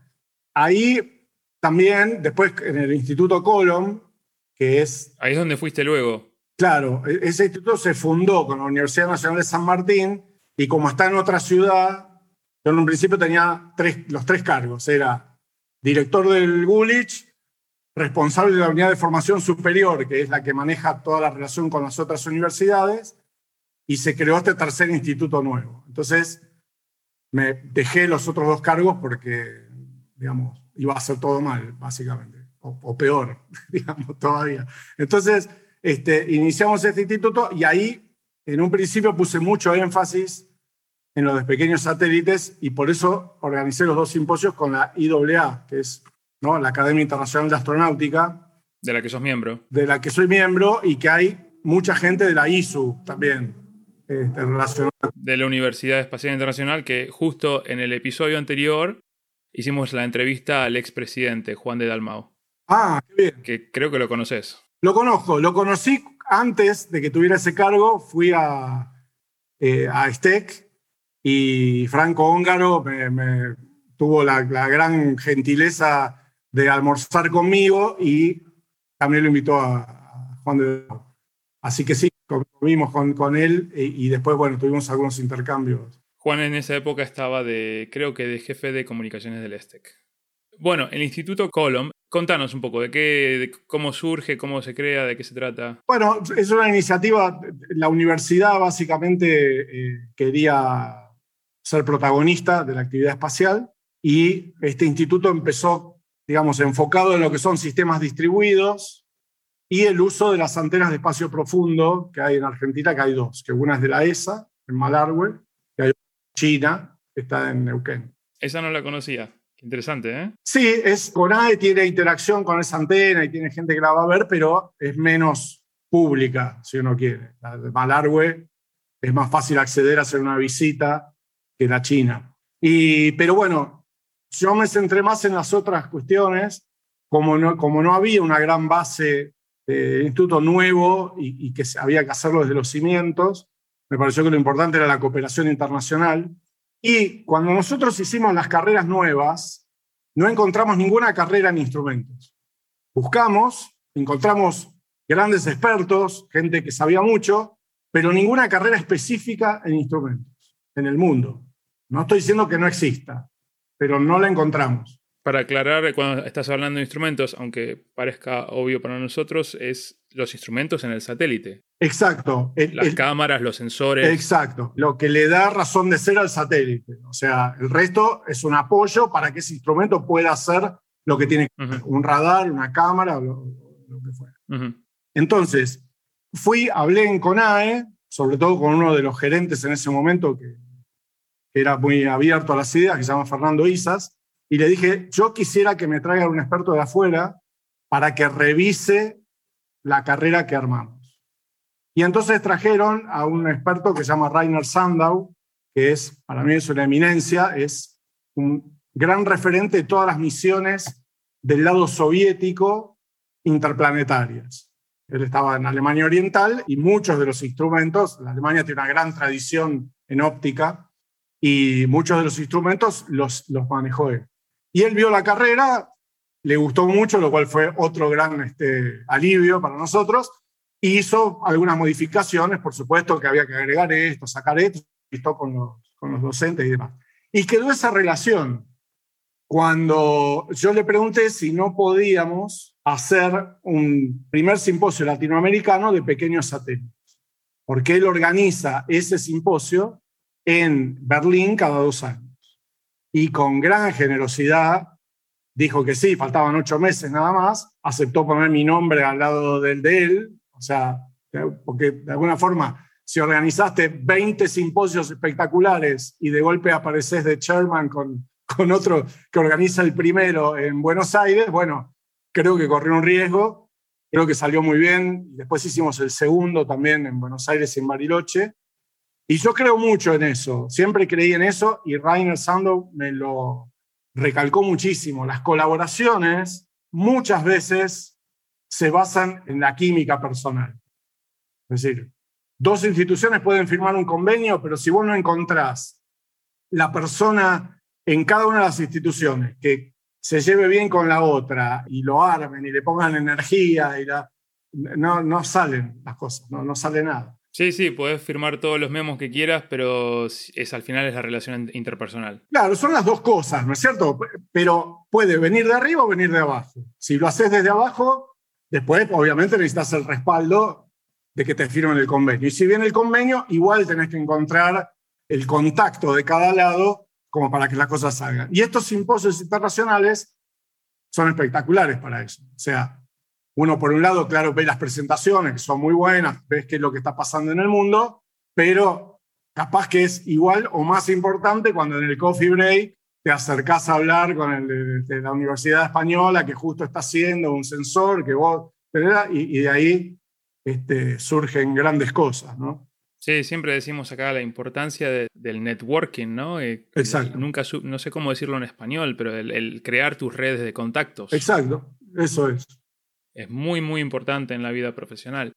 ahí también, después en el Instituto Colom, que es... Ahí es donde fuiste luego. Claro, ese instituto se fundó con la Universidad Nacional de San Martín, y como está en otra ciudad, yo en un principio tenía los tres cargos. Era director del Gulich, responsable de la unidad de formación superior, que es la que maneja toda la relación con las otras universidades, y se creó este tercer instituto nuevo. Entonces me dejé los otros dos cargos porque, digamos, iba a hacer todo mal, básicamente, o peor, digamos, todavía. Entonces iniciamos este instituto, y ahí en un principio puse mucho énfasis en los pequeños satélites, y por eso organicé los dos simposios con la IAA, que es, ¿no?, la Academia Internacional de Astronáutica. De la que sos miembro. De la que soy miembro, y que hay mucha gente de la ISU también relacionada. De la Universidad Espacial Internacional, que justo en el episodio anterior hicimos la entrevista al expresidente Juan de Dalmau. Ah, qué bien. Que creo que lo conoces. Lo conozco, lo conocí antes de que tuviera ese cargo. Fui a STEC, y Franco Óngaro me tuvo la gran gentileza de almorzar conmigo, y también lo invitó a Juan de Dalmau. Así que sí, comimos con él, y después, bueno, tuvimos algunos intercambios. Juan en esa época estaba creo que de jefe de comunicaciones del STEC. Bueno, el Instituto Colom, contanos un poco de cómo surge, cómo se crea, de qué se trata. Bueno, es una iniciativa. La universidad básicamente quería ser protagonista de la actividad espacial, y este instituto empezó, digamos, enfocado en lo que son sistemas distribuidos y el uso de las antenas de espacio profundo que hay en Argentina, que hay dos, que una es de la ESA, en Malargüe, que hay otra en China, que está en Neuquén. Esa no la conocía. Interesante, ¿eh? Sí, CONAE tiene interacción con esa antena y tiene gente que la va a ver, pero es menos pública, si uno quiere. La de Malargüe es más fácil acceder a hacer una visita que la China. Pero bueno, yo me centré más en las otras cuestiones. Como no había una gran base de instituto nuevo y que había que hacerlo desde los cimientos, Me pareció que lo importante era la cooperación internacional. Y cuando nosotros hicimos las carreras nuevas, no encontramos ninguna carrera en instrumentos. Buscamos, encontramos grandes expertos, gente que sabía mucho, pero ninguna carrera específica en instrumentos, en el mundo. No estoy diciendo que no exista, pero no la encontramos. Para aclarar, cuando estás hablando de instrumentos, aunque parezca obvio para nosotros, es los instrumentos en el satélite. Exacto. Las cámaras, los sensores. Exacto. Lo que le da razón de ser al satélite. O sea, el resto es un apoyo para que ese instrumento pueda hacer lo que tiene que hacer. Un radar, una cámara, lo que fuera. Entonces, hablé en CONAE, sobre todo con uno de los gerentes en ese momento que era muy abierto a las ideas, que se llama Fernando Isas, y le dije, yo quisiera que me traigan un experto de afuera para que revise la carrera que armamos. Y entonces trajeron a un experto que se llama Rainer Sandau, que para mí es una eminencia, es un gran referente de todas las misiones del lado soviético interplanetarias. Él estaba en Alemania Oriental y muchos de los instrumentos, la Alemania tiene una gran tradición en óptica, y muchos de los instrumentos los manejó él. Y él vio la carrera, le gustó mucho, lo cual fue otro gran alivio para nosotros, y hizo algunas modificaciones, por supuesto que había que agregar esto, sacar esto, y esto con los docentes y demás. Y quedó esa relación. Cuando yo le pregunté si no podíamos hacer un primer simposio latinoamericano de pequeños satélites, porque él organiza ese simposio en Berlín cada 2 años. Y con gran generosidad dijo que sí, faltaban 8 meses nada más, aceptó poner mi nombre al lado del de él, o sea, porque de alguna forma, si organizaste 20 simposios espectaculares y de golpe apareces de chairman con otro que organiza el primero en Buenos Aires, bueno, creo que corrió un riesgo, creo que salió muy bien, después hicimos el segundo también en Buenos Aires y en Bariloche, y yo creo mucho en eso, siempre creí en eso, y Rainer Sandau me lo recalcó muchísimo. Las colaboraciones muchas veces se basan en la química personal. Es decir, 2 instituciones pueden firmar un convenio, pero si vos no encontrás la persona en cada una de las instituciones que se lleve bien con la otra y lo armen y le pongan energía, no salen las cosas, no sale nada. Sí, podés firmar todos los memos que quieras, pero al final es la relación interpersonal. Claro, son las 2 cosas, ¿no es cierto? Pero puede venir de arriba o venir de abajo. Si lo haces desde abajo, después obviamente necesitas el respaldo de que te firmen el convenio. Y si viene el convenio, igual tenés que encontrar el contacto de cada lado como para que las cosas salgan. Y estos simposios internacionales son espectaculares para eso. O sea, uno por un lado, claro, ve las presentaciones que son muy buenas, ves qué es lo que está pasando en el mundo, pero capaz que es igual o más importante cuando en el coffee break te acercás a hablar con el de la Universidad Española que justo está haciendo un sensor que vos, y de ahí surgen grandes cosas, ¿no? Sí, siempre decimos acá la importancia del networking, ¿no? Exacto. No sé cómo decirlo en español, pero el crear tus redes de contactos. Exacto, eso es. Es muy, muy importante en la vida profesional.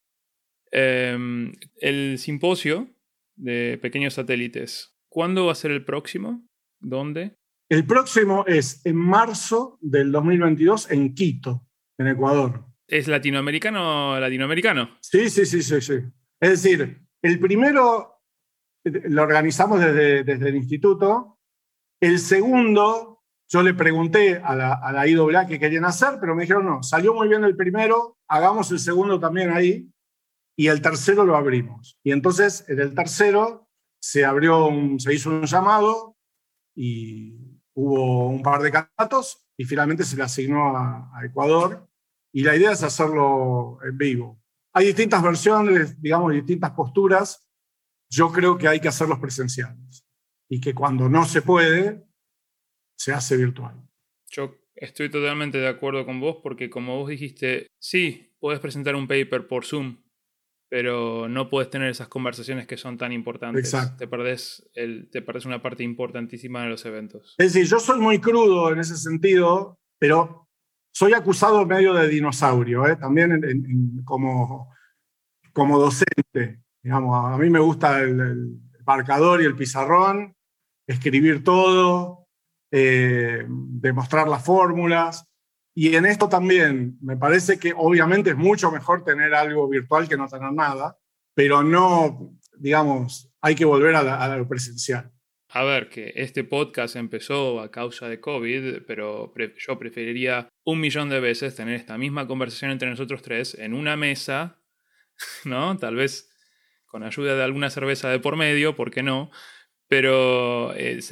El simposio de pequeños satélites, ¿cuándo va a ser el próximo? ¿Dónde? El próximo es en marzo del 2022 en Quito, en Ecuador. ¿Es latinoamericano? Sí. Es decir, el primero lo organizamos desde el instituto. El segundo, yo le pregunté a la IAA qué querían hacer, pero me dijeron no, salió muy bien el primero, hagamos el segundo también ahí, y el tercero lo abrimos. Y entonces en el tercero se hizo un llamado y hubo un par de candidatos y finalmente se le asignó a Ecuador. Y la idea es hacerlo en vivo. Hay distintas versiones, digamos, distintas posturas. Yo creo que hay que hacerlos presenciales y que cuando no se puede, se hace virtual. Yo estoy totalmente de acuerdo con vos porque como vos dijiste, sí, podés presentar un paper por Zoom, pero no podés tener esas conversaciones que son tan importantes. Exacto. Te perdés una parte importantísima de los eventos. Es decir, yo soy muy crudo en ese sentido, pero soy acusado medio de dinosaurio, también como docente. Digamos, a mí me gusta el marcador y el pizarrón, escribir todo, demostrar las fórmulas. Y en esto también me parece que obviamente es mucho mejor tener algo virtual que no tener nada, pero no, digamos, hay que volver a lo presencial. A ver, que este podcast empezó a causa de COVID, pero yo preferiría 1.000.000 de veces tener esta misma conversación entre nosotros tres en una mesa, ¿no? Tal vez con ayuda de alguna cerveza de por medio, ¿por qué no? Pero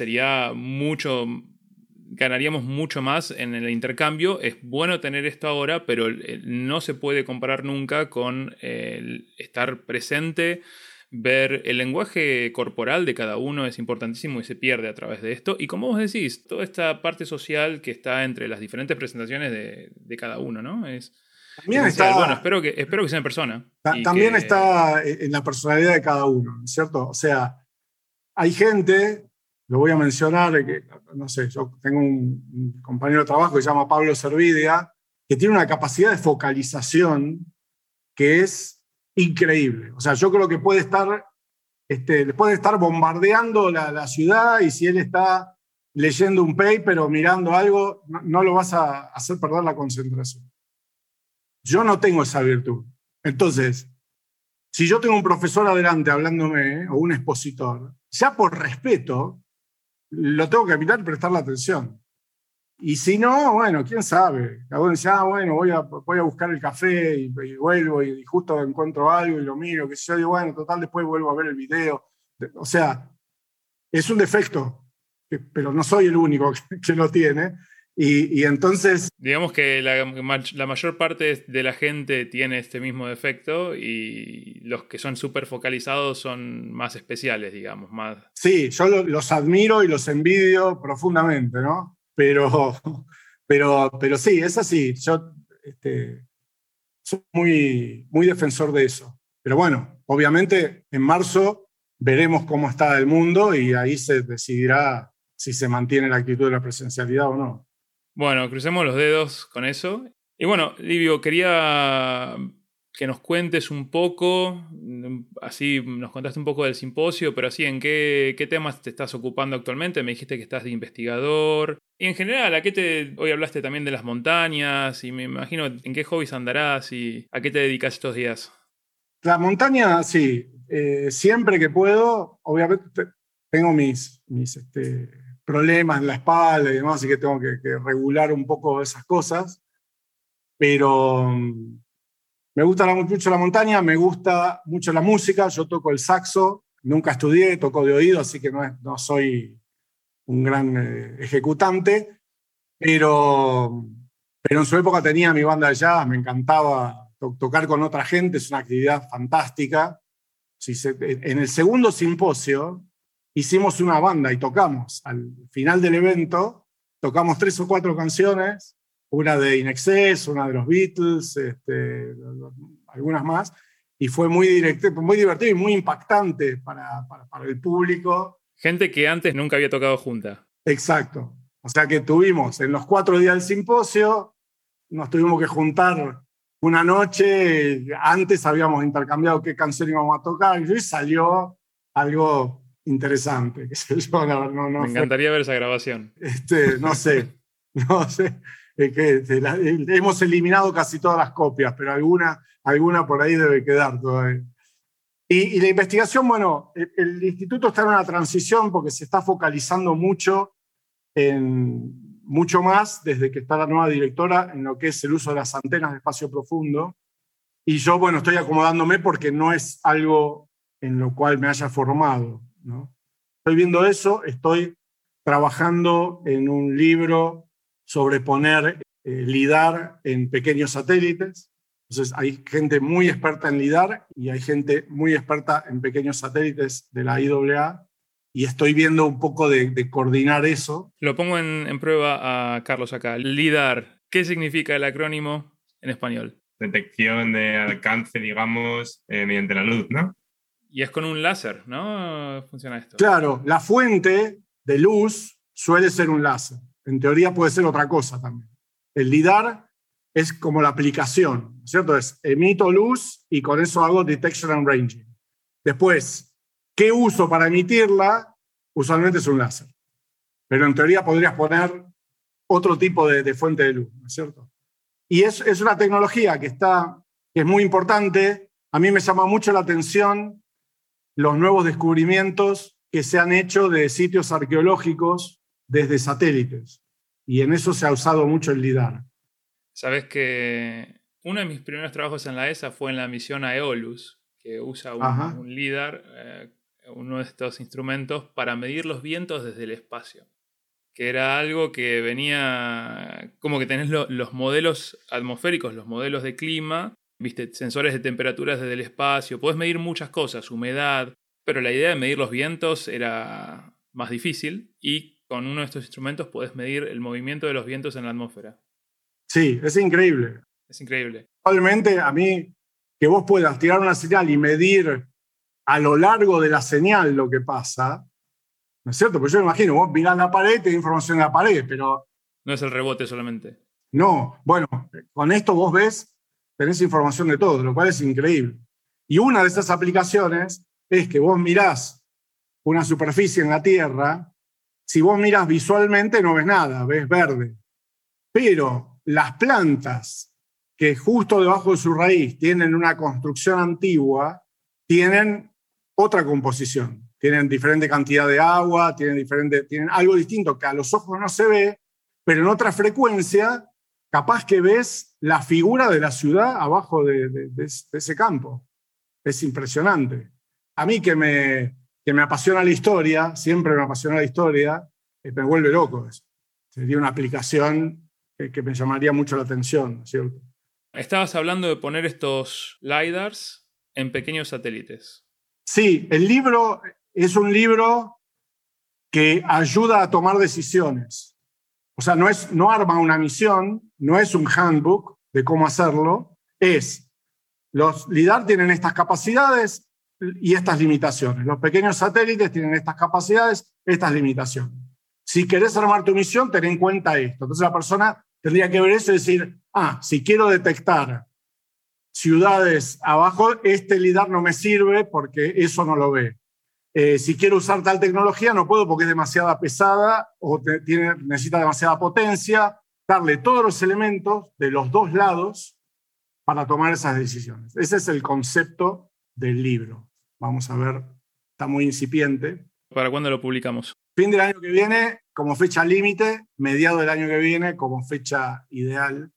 ganaríamos mucho más en el intercambio. Es bueno tener esto ahora, pero no se puede comparar nunca con el estar presente. Ver el lenguaje corporal de cada uno es importantísimo y se pierde a través de esto. Y como vos decís, toda esta parte social que está entre las diferentes presentaciones de cada uno, ¿no? También está, bueno, espero que sea en persona. También está en la personalidad de cada uno, ¿no es cierto? O sea, hay gente, lo voy a mencionar, que, no sé, yo tengo un compañero de trabajo que se llama Pablo Servidia, que tiene una capacidad de focalización que es increíble. O sea, yo creo que puede estar bombardeando la ciudad y si él está leyendo un paper o mirando algo, no lo vas a hacer perder la concentración. Yo no tengo esa virtud. Entonces, si yo tengo un profesor adelante hablándome o un expositor, ya por respeto, lo tengo que mirar y prestarle atención. Y si no, bueno, quién sabe. Cada uno dice, bueno, voy a buscar el café y vuelvo y justo encuentro algo y lo miro, que yo digo, bueno, total, después vuelvo a ver el video. O sea, es un defecto, pero no soy el único que lo tiene. Y entonces... Digamos que la mayor parte de la gente tiene este mismo defecto y los que son súper focalizados son más especiales, digamos. Más... Sí, yo los admiro y los envidio profundamente, ¿no? Pero sí, es así. Yo soy muy, muy defensor de eso. Pero bueno, obviamente en marzo veremos cómo está el mundo y ahí se decidirá si se mantiene la actitud de la presencialidad o no. Bueno, crucemos los dedos con eso. Y bueno, Livio, quería que nos cuentes un poco, así nos contaste un poco del simposio, pero así, ¿en qué temas te estás ocupando actualmente? Me dijiste que estás de investigador. Y en general, hoy hablaste también de las montañas, y me imagino en qué hobbies andarás y a qué te dedicas estos días. La montaña, sí. Siempre que puedo, obviamente tengo mis problemas en la espalda y demás, así que tengo que regular un poco esas cosas. Pero me gusta mucho la montaña, me gusta mucho la música. Yo toco el saxo, nunca estudié, toco de oído, así que no soy un gran ejecutante, pero en su época tenía mi banda de jazz, me encantaba tocar con otra gente, es una actividad fantástica. En el segundo simposio hicimos una banda y tocamos, al final del evento, tocamos 3 o 4 canciones, una de In Excess, una de los Beatles, algunas más, y fue muy divertido y muy impactante para el público. Gente que antes nunca había tocado junta. Exacto. O sea que tuvimos, en los 4 días del simposio, nos tuvimos que juntar una noche, antes habíamos intercambiado qué canción íbamos a tocar, y salió algo interesante. Qué sé yo, Me encantaría ver esa grabación. No sé. Hemos eliminado casi todas las copias, pero alguna por ahí debe quedar todavía. Y la investigación, bueno, el instituto está en una transición porque se está focalizando mucho más desde que está la nueva directora en lo que es el uso de las antenas de espacio profundo. Y yo, bueno, estoy acomodándome porque no es algo en lo cual me haya formado, ¿no? Estoy viendo eso, estoy trabajando en un libro sobre poner LIDAR en pequeños satélites. Entonces hay gente muy experta en LIDAR y hay gente muy experta en pequeños satélites de la IAA y estoy viendo un poco de coordinar eso. Lo pongo en prueba a Carlos acá. LIDAR, ¿qué significa el acrónimo en español? Detección de alcance, digamos, mediante la luz, ¿no? Y es con un láser, ¿no? Funciona esto. Claro, la fuente de luz suele ser un láser. En teoría puede ser otra cosa también. El LIDAR es como la aplicación, ¿cierto? Emito luz y con eso hago detection and ranging. Después, ¿qué uso para emitirla? Usualmente es un láser. Pero en teoría podrías poner otro tipo de fuente de luz, ¿no es cierto? Y es una tecnología que es muy importante. A mí me llama mucho la atención los nuevos descubrimientos que se han hecho de sitios arqueológicos desde satélites. Y en eso se ha usado mucho el LIDAR. Sabes que uno de mis primeros trabajos en la ESA fue en la misión Aeolus, que usa un LIDAR, uno de estos instrumentos, para medir los vientos desde el espacio. Que era algo que venía, como que tenés los modelos atmosféricos, los modelos de clima, viste, sensores de temperaturas desde el espacio, podés medir muchas cosas, humedad, pero la idea de medir los vientos era más difícil y con uno de estos instrumentos podés medir el movimiento de los vientos en la atmósfera. Sí, es increíble. Es increíble. Probablemente a mí, que vos puedas tirar una señal y medir a lo largo de la señal lo que pasa, ¿no es cierto? Porque yo me imagino, vos mirás la pared y te da información de la pared, pero... No es el rebote solamente. No, bueno, con esto vos tenés información de todo, lo cual es increíble. Y una de esas aplicaciones es que vos mirás una superficie en la Tierra, si vos mirás visualmente no ves nada, ves verde. Pero las plantas que justo debajo de su raíz tienen una construcción antigua, tienen otra composición. Tienen diferente cantidad de agua, tienen algo distinto que a los ojos no se ve, pero en otra frecuencia capaz que ves la figura de la ciudad abajo de ese campo. Es impresionante. A mí que me apasiona la historia, siempre me apasiona la historia, me vuelve loco eso. Sería una aplicación que me llamaría mucho la atención, ¿no es cierto? Estabas hablando de poner estos LiDARs en pequeños satélites. Sí, el libro es un libro que ayuda a tomar decisiones. O sea, no arma una misión, no es un handbook de cómo hacerlo, los LIDAR tienen estas capacidades y estas limitaciones. Los pequeños satélites tienen estas capacidades, estas limitaciones. Si querés armar tu misión, ten en cuenta esto. Entonces la persona tendría que ver eso y decir, si quiero detectar ciudades abajo, este LIDAR no me sirve porque eso no lo ve. Si quiero usar tal tecnología, no puedo porque es demasiada pesada o necesita demasiada potencia. Darle todos los elementos de los dos lados para tomar esas decisiones. Ese es el concepto del libro. Vamos a ver, está muy incipiente. ¿Para cuándo lo publicamos? Fin del año que viene como fecha límite, mediado del año que viene como fecha ideal.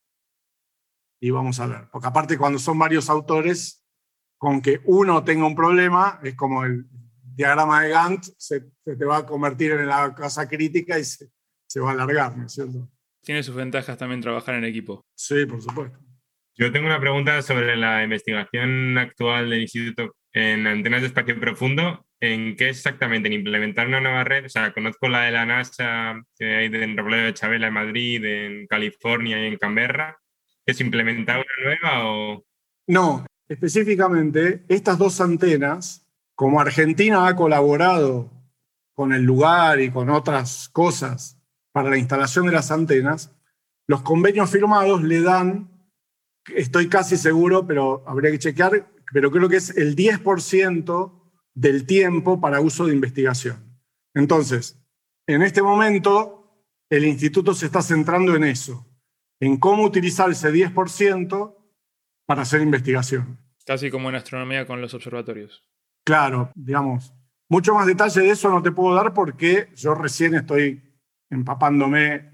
Y vamos a ver. Porque aparte cuando son varios autores, con que uno tenga un problema, es como el diagrama de Gantt, se te va a convertir en la cosa crítica y se va a alargar, ¿no es cierto? Tiene sus ventajas también trabajar en equipo. Sí, por supuesto. Yo tengo una pregunta sobre la investigación actual del Instituto en antenas de espacio profundo. ¿En qué exactamente? ¿En implementar una nueva red? O sea, conozco la de la NASA, que hay en Robledo de Chabela en Madrid, en California y en Canberra. ¿Es implementar una nueva o...? No, específicamente estas dos antenas, como Argentina ha colaborado con el lugar y con otras cosas para la instalación de las antenas, los convenios firmados le dan, estoy casi seguro, pero habría que chequear, pero creo que es el 10% del tiempo para uso de investigación. Entonces, en este momento, el instituto se está centrando en eso, en cómo utilizar ese 10% para hacer investigación. Casi como en astronomía con los observatorios. Claro, digamos, mucho más detalle de eso no te puedo dar porque yo recién estoy empapándome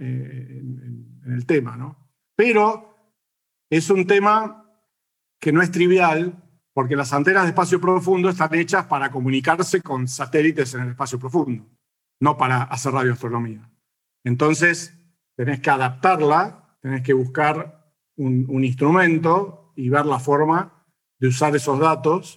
en el tema, ¿no? Pero es un tema que no es trivial porque las antenas de espacio profundo están hechas para comunicarse con satélites en el espacio profundo, no para hacer radioastronomía. Entonces, tenés que adaptarla, tenés que buscar un instrumento y ver la forma de usar esos datos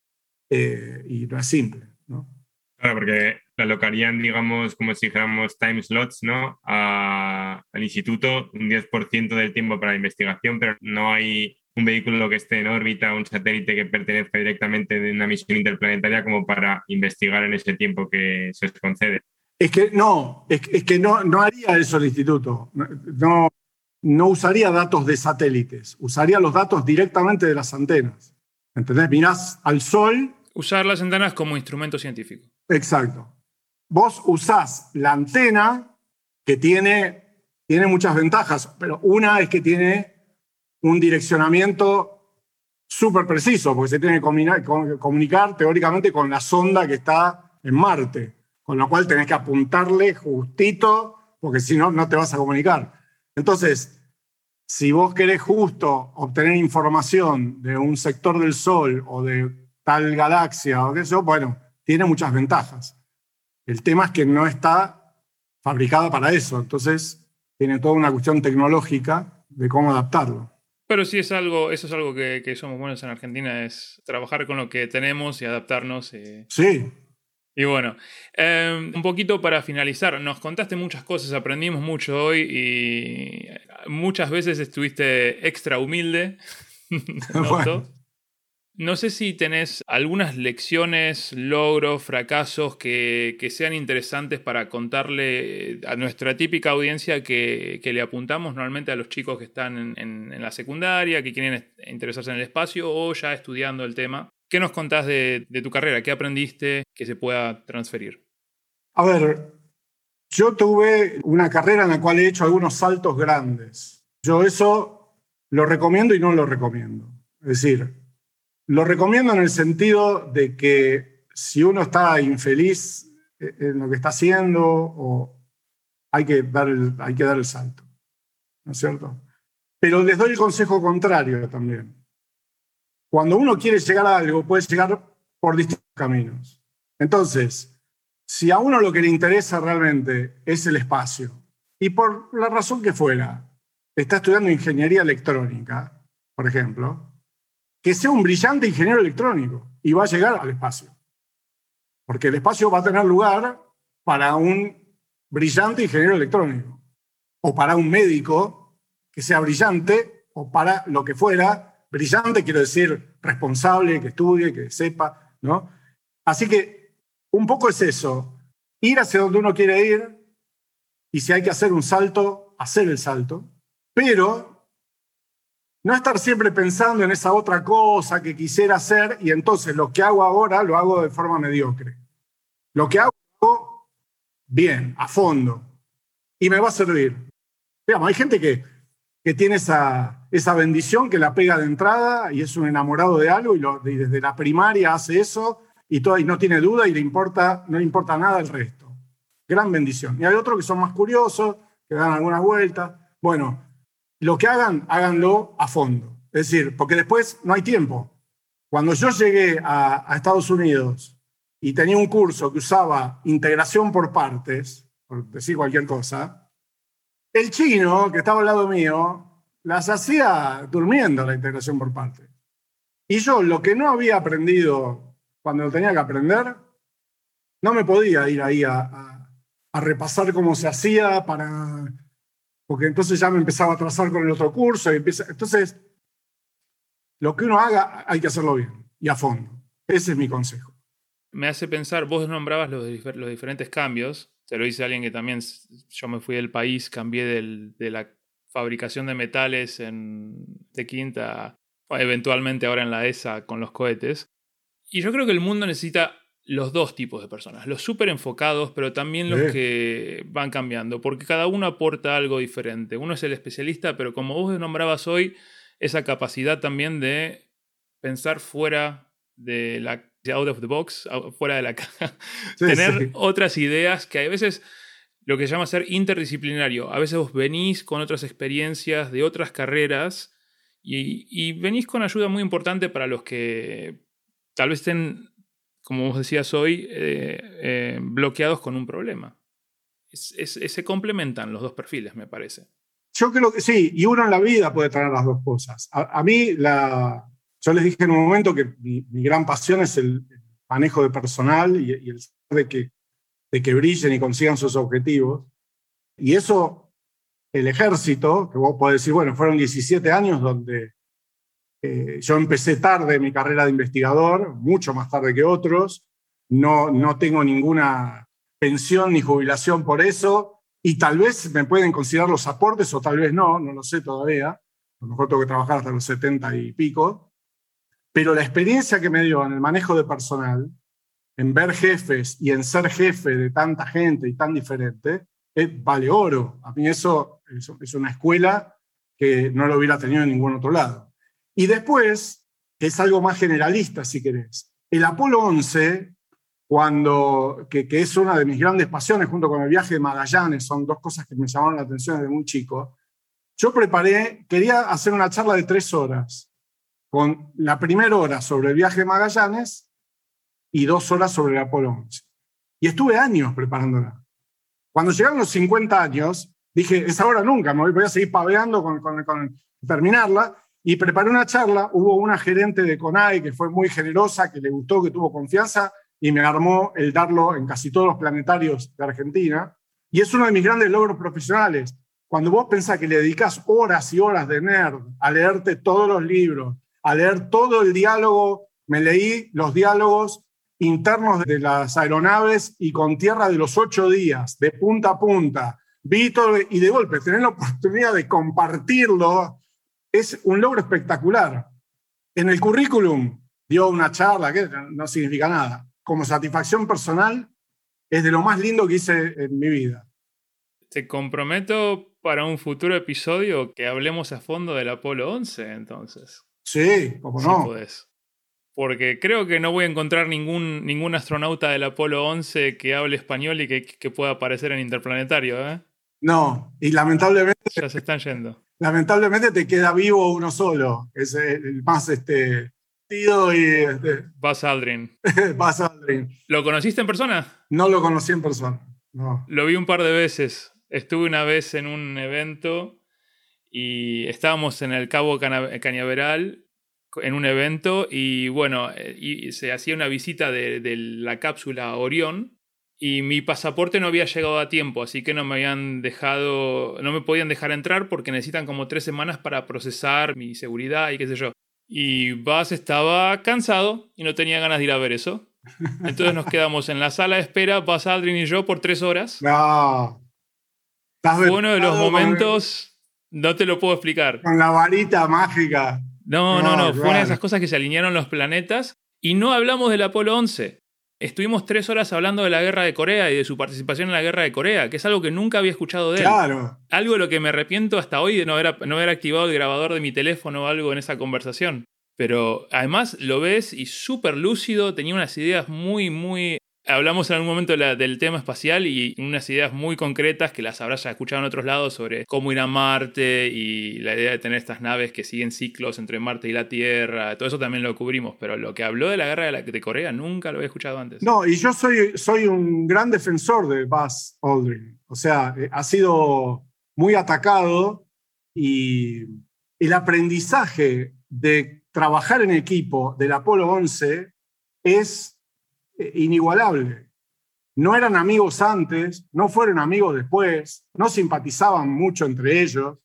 y no es simple, ¿no? Claro, porque la alocarían, digamos, como si dijéramos time slots, ¿no? Al instituto, un 10% del tiempo para la investigación, pero no hay un vehículo que esté en órbita, un satélite que pertenezca directamente de una misión interplanetaria como para investigar en ese tiempo que se os concede. Es que no haría eso el instituto. No usaría datos de satélites, usaría los datos directamente de las antenas. ¿Entendés? Mirás al Sol. Usar las antenas como instrumento científico. Exacto. Vos usás la antena que tiene muchas ventajas, pero una es que tiene un direccionamiento súper preciso, porque se tiene que comunicar teóricamente con la sonda que está en Marte, con lo cual tenés que apuntarle justito, porque si no, no te vas a comunicar. Entonces, si vos querés justo obtener información de un sector del Sol o de tal galaxia o qué sé yo, bueno, tiene muchas ventajas. El tema es que no está fabricada para eso, entonces tiene toda una cuestión tecnológica de cómo adaptarlo. Pero sí eso es algo que somos buenos en Argentina, es trabajar con lo que tenemos y adaptarnos. Sí. Y bueno, un poquito para finalizar, nos contaste muchas cosas, aprendimos mucho hoy y muchas veces estuviste extra humilde. Bueno. No sé si tenés algunas lecciones, logros, fracasos que sean interesantes para contarle a nuestra típica audiencia que le apuntamos normalmente a los chicos que están en la secundaria, que quieren interesarse en el espacio o ya estudiando el tema. ¿Qué nos contás de tu carrera? ¿Qué aprendiste que se pueda transferir? A ver, yo tuve una carrera en la cual he hecho algunos saltos grandes. Yo eso lo recomiendo y no lo recomiendo. Es decir, lo recomiendo en el sentido de que si uno está infeliz en lo que está haciendo, hay que dar el salto, ¿no es cierto? Pero les doy el consejo contrario también. Cuando uno quiere llegar a algo, puede llegar por distintos caminos. Entonces, si a uno lo que le interesa realmente es el espacio, y por la razón que fuera, está estudiando ingeniería electrónica, por ejemplo, que sea un brillante ingeniero electrónico y va a llegar al espacio. Porque el espacio va a tener lugar para un brillante ingeniero electrónico, o para un médico que sea brillante, o para lo que fuera. Brillante quiero decir responsable, que estudie, que sepa, ¿no? Así que un poco es eso, ir hacia donde uno quiere ir, y si hay que hacer un salto, hacer el salto, pero no estar siempre pensando en esa otra cosa que quisiera hacer y entonces lo que hago ahora lo hago de forma mediocre. Lo que hago bien, a fondo, y me va a servir. Digamos, hay gente que tiene esa bendición que la pega de entrada y es un enamorado de algo y desde la primaria hace eso y no tiene duda y no le importa nada el resto. Gran bendición. Y hay otros que son más curiosos, que dan algunas vueltas. Bueno, lo que hagan, háganlo a fondo. Es decir, porque después no hay tiempo. Cuando yo llegué a Estados Unidos y tenía un curso que usaba integración por partes, por decir cualquier cosa, el chino que estaba al lado mío las hacía durmiendo la integración por partes. Y yo lo que no había aprendido cuando lo tenía que aprender, no me podía ir ahí a repasar cómo se hacía porque entonces ya me empezaba a atrasar con el otro curso. Entonces, lo que uno haga hay que hacerlo bien y a fondo. Ese es mi consejo. Me hace pensar, vos nombrabas los diferentes cambios. Se lo dice alguien que también, yo me fui del país, cambié de la fabricación de metales de quinta, eventualmente ahora en la ESA con los cohetes. Y yo creo que el mundo necesita los dos tipos de personas, los súper enfocados, pero también los que van cambiando, porque cada uno aporta algo diferente. Uno es el especialista, pero como vos nombrabas hoy, esa capacidad también de pensar fuera de out of the box, fuera de la caja, tener otras ideas que a veces lo que se llama ser interdisciplinario. A veces vos venís con otras experiencias de otras carreras y venís con ayuda muy importante para los que tal vez estén, como vos decías hoy, bloqueados con un problema. Se complementan los dos perfiles, me parece. Yo creo que sí, y uno en la vida puede traer las dos cosas. A mí, yo les dije en un momento que mi gran pasión es el manejo de personal y el saber de que brillen y consigan sus objetivos. Y eso, el ejército, que vos podés decir, bueno, fueron 17 años donde yo empecé tarde mi carrera de investigador, mucho más tarde que otros, no tengo ninguna pensión ni jubilación por eso, y tal vez me pueden considerar los aportes o tal vez no lo sé todavía, a lo mejor tengo que trabajar hasta los 70 y pico, pero la experiencia que me dio en el manejo de personal, en ver jefes y en ser jefe de tanta gente y tan diferente, vale oro. A mí eso es una escuela que no lo hubiera tenido en ningún otro lado. Y después, que es algo más generalista, si querés, el Apolo 11, que es una de mis grandes pasiones, junto con el viaje de Magallanes, son dos cosas que me llamaron la atención desde muy chico. Yo quería hacer una charla de 3 horas, con la primera hora sobre el viaje de Magallanes y 2 horas sobre el Apolo 11. Y estuve años preparándola. Cuando llegaron los 50 años, dije, esa hora nunca, voy a seguir paveando con terminarla, y preparé una charla. Hubo una gerente de CONAE que fue muy generosa, que le gustó, que tuvo confianza, y me armó el darlo en casi todos los planetarios de Argentina, y es uno de mis grandes logros profesionales. Cuando vos pensás que le dedicás horas y horas de nerd a leerte todos los libros, a leer todo el diálogo, me leí los diálogos internos de las aeronaves y con tierra de los 8 días, de punta a punta, vi todo, y de golpe tener la oportunidad de compartirlo, es un logro espectacular. En el currículum dio una charla que no significa nada. Como satisfacción personal, es de lo más lindo que hice en mi vida. Te comprometo para un futuro episodio que hablemos a fondo del Apolo 11, entonces. Sí, cómo no. Si podés. Porque creo que no voy a encontrar ningún astronauta del Apolo 11 que hable español y que pueda aparecer en Interplanetario, ¿eh? No, y lamentablemente... Ya se están yendo. Lamentablemente te queda vivo uno solo. Es el más... Buzz Aldrin. Buzz Aldrin. ¿Lo conociste en persona? No lo conocí en persona, no. Lo vi un par de veces. Estuve una vez en un evento y estábamos en el Cabo Cañaveral en un evento y bueno, y se hacía una visita de la cápsula Orión y mi pasaporte no había llegado a tiempo, así que no me podían dejar entrar porque necesitan como 3 semanas para procesar mi seguridad y qué sé yo. Y Buzz estaba cansado y no tenía ganas de ir a ver eso. Entonces nos quedamos en la sala de espera, Buzz Aldrin y yo, por 3 horas. No. Fue uno de los momentos, no te lo puedo explicar. Con la varita mágica. No. Fue una de esas cosas que se alinearon los planetas y no hablamos del Apolo 11. Estuvimos 3 horas hablando de la guerra de Corea y de su participación en la guerra de Corea, que es algo que nunca había escuchado de él. Claro. Algo de lo que me arrepiento hasta hoy de no haber activado el grabador de mi teléfono o algo en esa conversación. Pero además lo ves y súper lúcido, tenía unas ideas muy... Hablamos en algún momento del tema espacial y unas ideas muy concretas que las habrás ya escuchado en otros lados sobre cómo ir a Marte y la idea de tener estas naves que siguen ciclos entre Marte y la Tierra. Todo eso también lo cubrimos, pero lo que habló de la guerra de Corea nunca lo había escuchado antes. No, y yo soy un gran defensor de Buzz Aldrin. O sea, ha sido muy atacado y el aprendizaje de trabajar en equipo del Apolo 11 es inigualable. No eran amigos antes, no fueron amigos después, no simpatizaban mucho entre ellos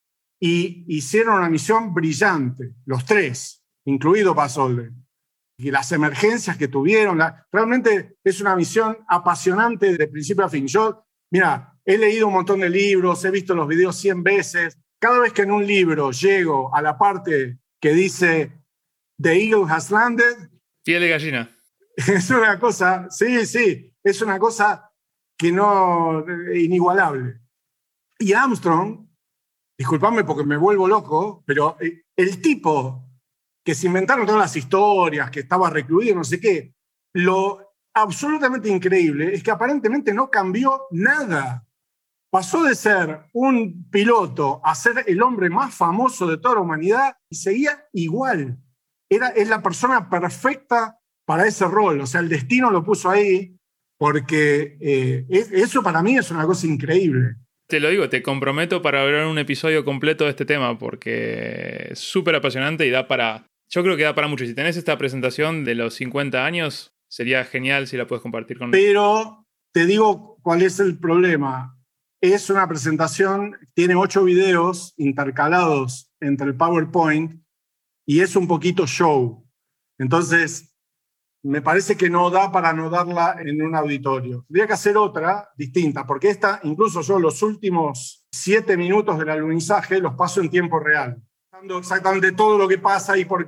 y hicieron una misión brillante, los 3, incluido Buzz Aldrin. Y las emergencias que tuvieron, realmente es una misión apasionante de principio a fin. Yo, mira, he leído un montón de libros, he visto los videos 100 veces. Cada vez que en un libro llego a la parte que dice The Eagle has landed, piel de gallina. Es una cosa, sí, es una cosa que no, inigualable. Y Armstrong, disculpadme porque me vuelvo loco, pero el tipo que se inventaron todas las historias, que estaba recluido, no sé qué, lo absolutamente increíble es que aparentemente no cambió nada. Pasó de ser un piloto a ser el hombre más famoso de toda la humanidad y seguía igual. Es la persona perfecta para ese rol, o sea, el destino lo puso ahí porque eso para mí es una cosa increíble. Te lo digo, te comprometo para ver un episodio completo de este tema porque es súper apasionante y yo creo que da para mucho. Si tenés esta presentación de los 50 años, sería genial si la puedes compartir con nosotros. Pero te digo cuál es el problema. Es una presentación, tiene 8 videos intercalados entre el PowerPoint y es un poquito show. Entonces, me parece que no da para no darla en un auditorio. Tendría que hacer otra distinta, porque esta, incluso yo los últimos 7 minutos del alunizaje los paso en tiempo real, dando exactamente todo lo que pasa y por qué.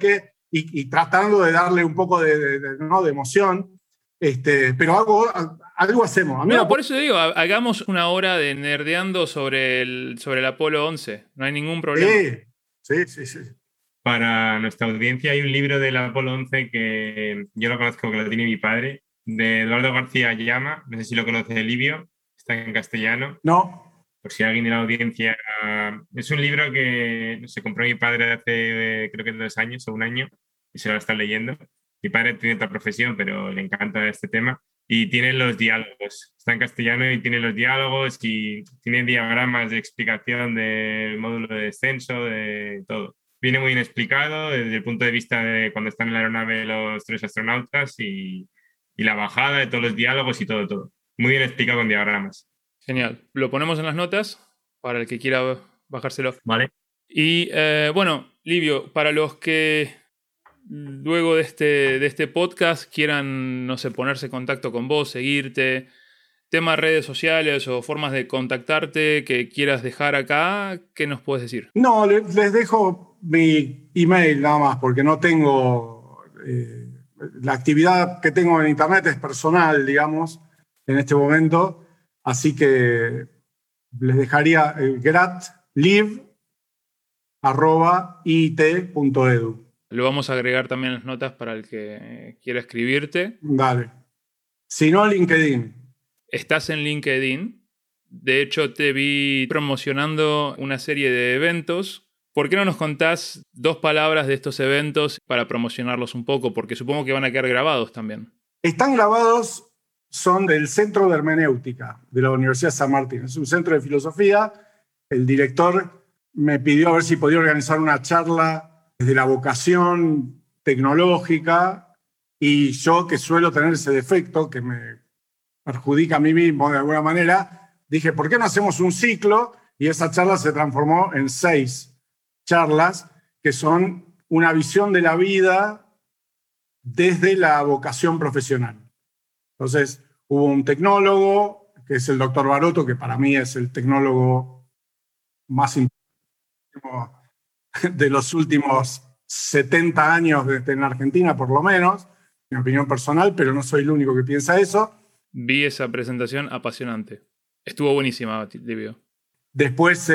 y tratando de darle un poco ¿no? de emoción. Pero algo hacemos. Por eso digo, hagamos una hora de nerdeando sobre el Apolo 11. No hay ningún problema. Sí. Para nuestra audiencia hay un libro del Apolo 11 que yo lo conozco, que lo tiene mi padre, de Eduardo García Llama. No sé si lo conoce, Livio. Está en castellano. No. Por si alguien de la audiencia... es un libro que se compró mi padre hace creo que 2 años o 1 año y se lo está leyendo. Mi padre tiene otra profesión, pero le encanta este tema. Y tiene los diálogos. Está en castellano y tiene los diálogos y tiene diagramas de explicación del módulo de descenso, de todo. Viene muy bien explicado desde el punto de vista de cuando están en la aeronave los 3 astronautas y la bajada de todos los diálogos y todo. Muy bien explicado con diagramas. Genial. Lo ponemos en las notas para el que quiera bajárselo. Vale. Y Livio, para los que luego de este podcast quieran, no sé, ponerse en contacto con vos, seguirte, temas redes sociales o formas de contactarte que quieras dejar acá, ¿qué nos puedes decir? No, les dejo mi email nada más, porque no tengo... la actividad que tengo en internet es personal, digamos, en este momento. Así que les dejaría el gratlive@iit.edu. Lo vamos a agregar también en las notas para el que quiera escribirte. Dale. Si no, LinkedIn. Estás en LinkedIn. De hecho, te vi promocionando una serie de eventos. ¿Por qué no nos contás 2 palabras de estos eventos para promocionarlos un poco? Porque supongo que van a quedar grabados también. Están grabados. Son del Centro de Hermenéutica de la Universidad de San Martín. Es un centro de filosofía. El director me pidió a ver si podía organizar una charla desde la vocación tecnológica y yo, que suelo tener ese defecto que me perjudica a mí mismo de alguna manera, dije, ¿por qué no hacemos un ciclo? Y esa charla se transformó en 6 charlas que son una visión de la vida desde la vocación profesional. Entonces, hubo un tecnólogo, que es el doctor Baroto, que para mí es el tecnólogo más importante de los últimos 70 años en Argentina, por lo menos, mi opinión personal, pero no soy el único que piensa eso. Vi esa presentación apasionante. Estuvo buenísima, Livio. Después,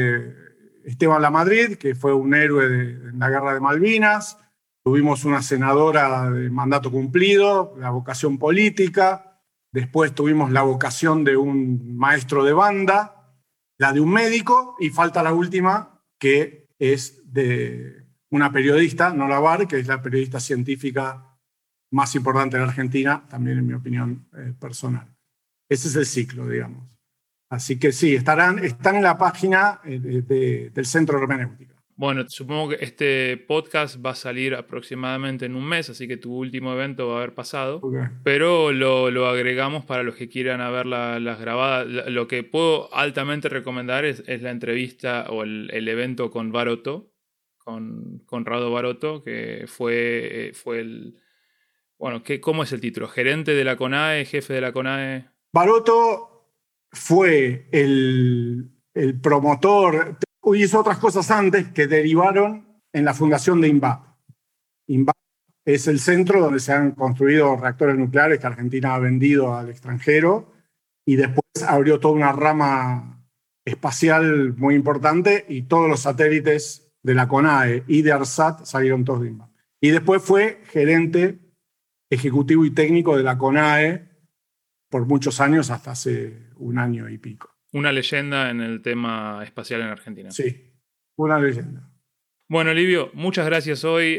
Esteban Lamadrid, que fue un héroe en la Guerra de Malvinas. Tuvimos una senadora de mandato cumplido, la vocación política. Después tuvimos la vocación de un maestro de banda, la de un médico, y falta la última, que es de una periodista, Nora Bar, que es la periodista científica más importante de la Argentina, también en mi opinión personal. Ese es el ciclo, digamos. Así que sí, están en la página del Centro de Hermenéutica. Bueno, supongo que este podcast va a salir aproximadamente en un mes, así que tu último evento va a haber pasado. Okay. Pero lo agregamos para los que quieran ver las grabadas. Lo que puedo altamente recomendar es la entrevista o el evento con Baroto, con Conrado Baroto, que fue el... Bueno, ¿cómo es el título? ¿Gerente de la CONAE? ¿Jefe de la CONAE? Baroto fue el promotor... Hizo otras cosas antes que derivaron en la fundación de INVAP. INVAP es el centro donde se han construido reactores nucleares que Argentina ha vendido al extranjero y después abrió toda una rama espacial muy importante y todos los satélites de la CONAE y de ARSAT salieron todos de INVAP. Y después fue gerente ejecutivo y técnico de la CONAE por muchos años, hasta hace 1 año y pico. Una leyenda en el tema espacial en Argentina. Sí, una leyenda. Bueno, Livio, muchas gracias hoy.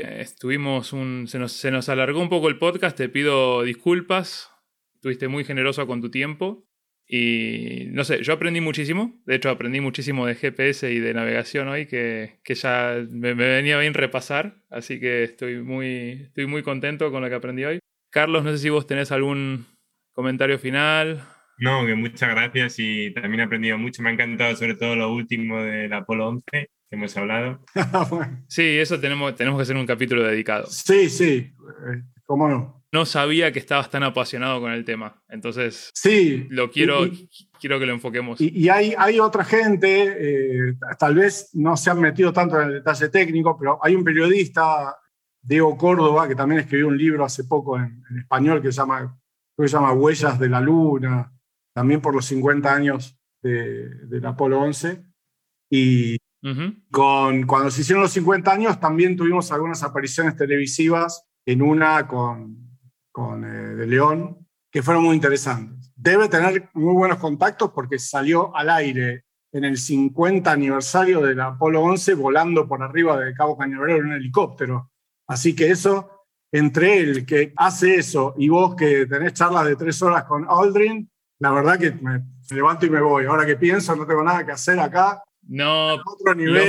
Se nos alargó un poco el podcast, te pido disculpas. Estuviste muy generoso con tu tiempo. Y no sé, yo aprendí muchísimo. De hecho, aprendí muchísimo de GPS y de navegación hoy, que ya me venía bien repasar. Así que estoy muy contento con lo que aprendí hoy. Carlos, no sé si vos tenés algún comentario final. No, que muchas gracias y también he aprendido mucho. Me ha encantado sobre todo lo último del Apolo 11 que hemos hablado. Bueno. Sí, eso tenemos que hacer un capítulo dedicado. Sí, cómo no. No sabía que estabas tan apasionado con el tema, entonces sí, quiero que lo enfoquemos. Y hay otra gente, tal vez no se han metido tanto en el detalle técnico, pero hay un periodista Diego Córdoba, que también escribió un libro hace poco en español que se llama Huellas de la Luna, también por los 50 años del Apolo 11. Y cuando se hicieron los 50 años también tuvimos algunas apariciones televisivas, en una con De León, que fueron muy interesantes. Debe tener muy buenos contactos porque salió al aire en el 50 aniversario del Apolo 11 volando por arriba de Cabo Cañaveral en un helicóptero. Así que eso, entre él que hace eso y vos que tenés charlas de 3 horas con Aldrin, la verdad que me levanto y me voy. Ahora que pienso, no tengo nada que hacer acá. No, otro nivel.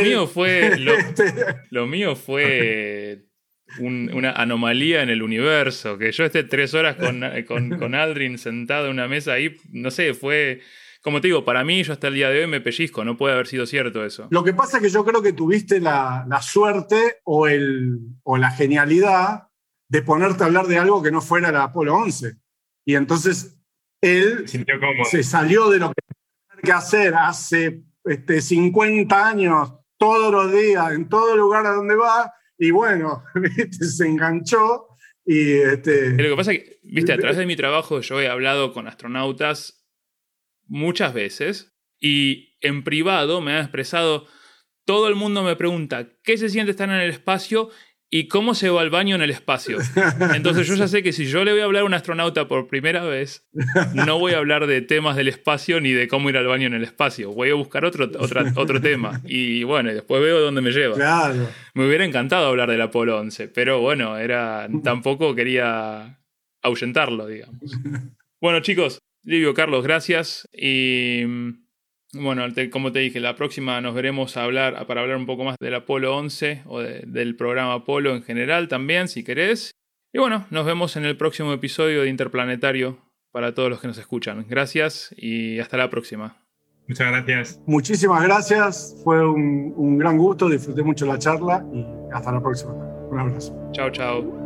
Lo mío fue una anomalía en el universo. Que yo esté 3 horas con Aldrin sentado en una mesa ahí, no sé, fue... Como te digo, para mí, yo hasta el día de hoy me pellizco, no puede haber sido cierto eso. Lo que pasa es que yo creo que tuviste la suerte o la genialidad de ponerte a hablar de algo que no fuera el Apolo 11. Y entonces él se salió de lo que tenía que hacer hace 50 años, todos los días, en todo lugar a donde va, y bueno, se enganchó. Y Lo que pasa es que, a través de mi trabajo yo he hablado con astronautas muchas veces y en privado me han expresado, todo el mundo me pregunta ¿qué se siente estar en el espacio y cómo se va al baño en el espacio? Entonces yo ya sé que si yo le voy a hablar a un astronauta por primera vez, no voy a hablar de temas del espacio ni de cómo ir al baño en el espacio, voy a buscar otro tema y bueno, después veo dónde me lleva. Claro. Me hubiera encantado hablar del Apolo 11, pero bueno, tampoco quería ahuyentarlo, digamos. Bueno, chicos, Livio, Carlos, gracias. Y bueno, como te dije, la próxima nos veremos para hablar un poco más del Apolo 11 o del programa Apolo en general también, si querés. Y bueno, nos vemos en el próximo episodio de Interplanetario para todos los que nos escuchan. Gracias y hasta la próxima. Muchas gracias. Muchísimas gracias. Fue un gran gusto, disfruté mucho la charla y hasta la próxima. Un abrazo. Chao, chao.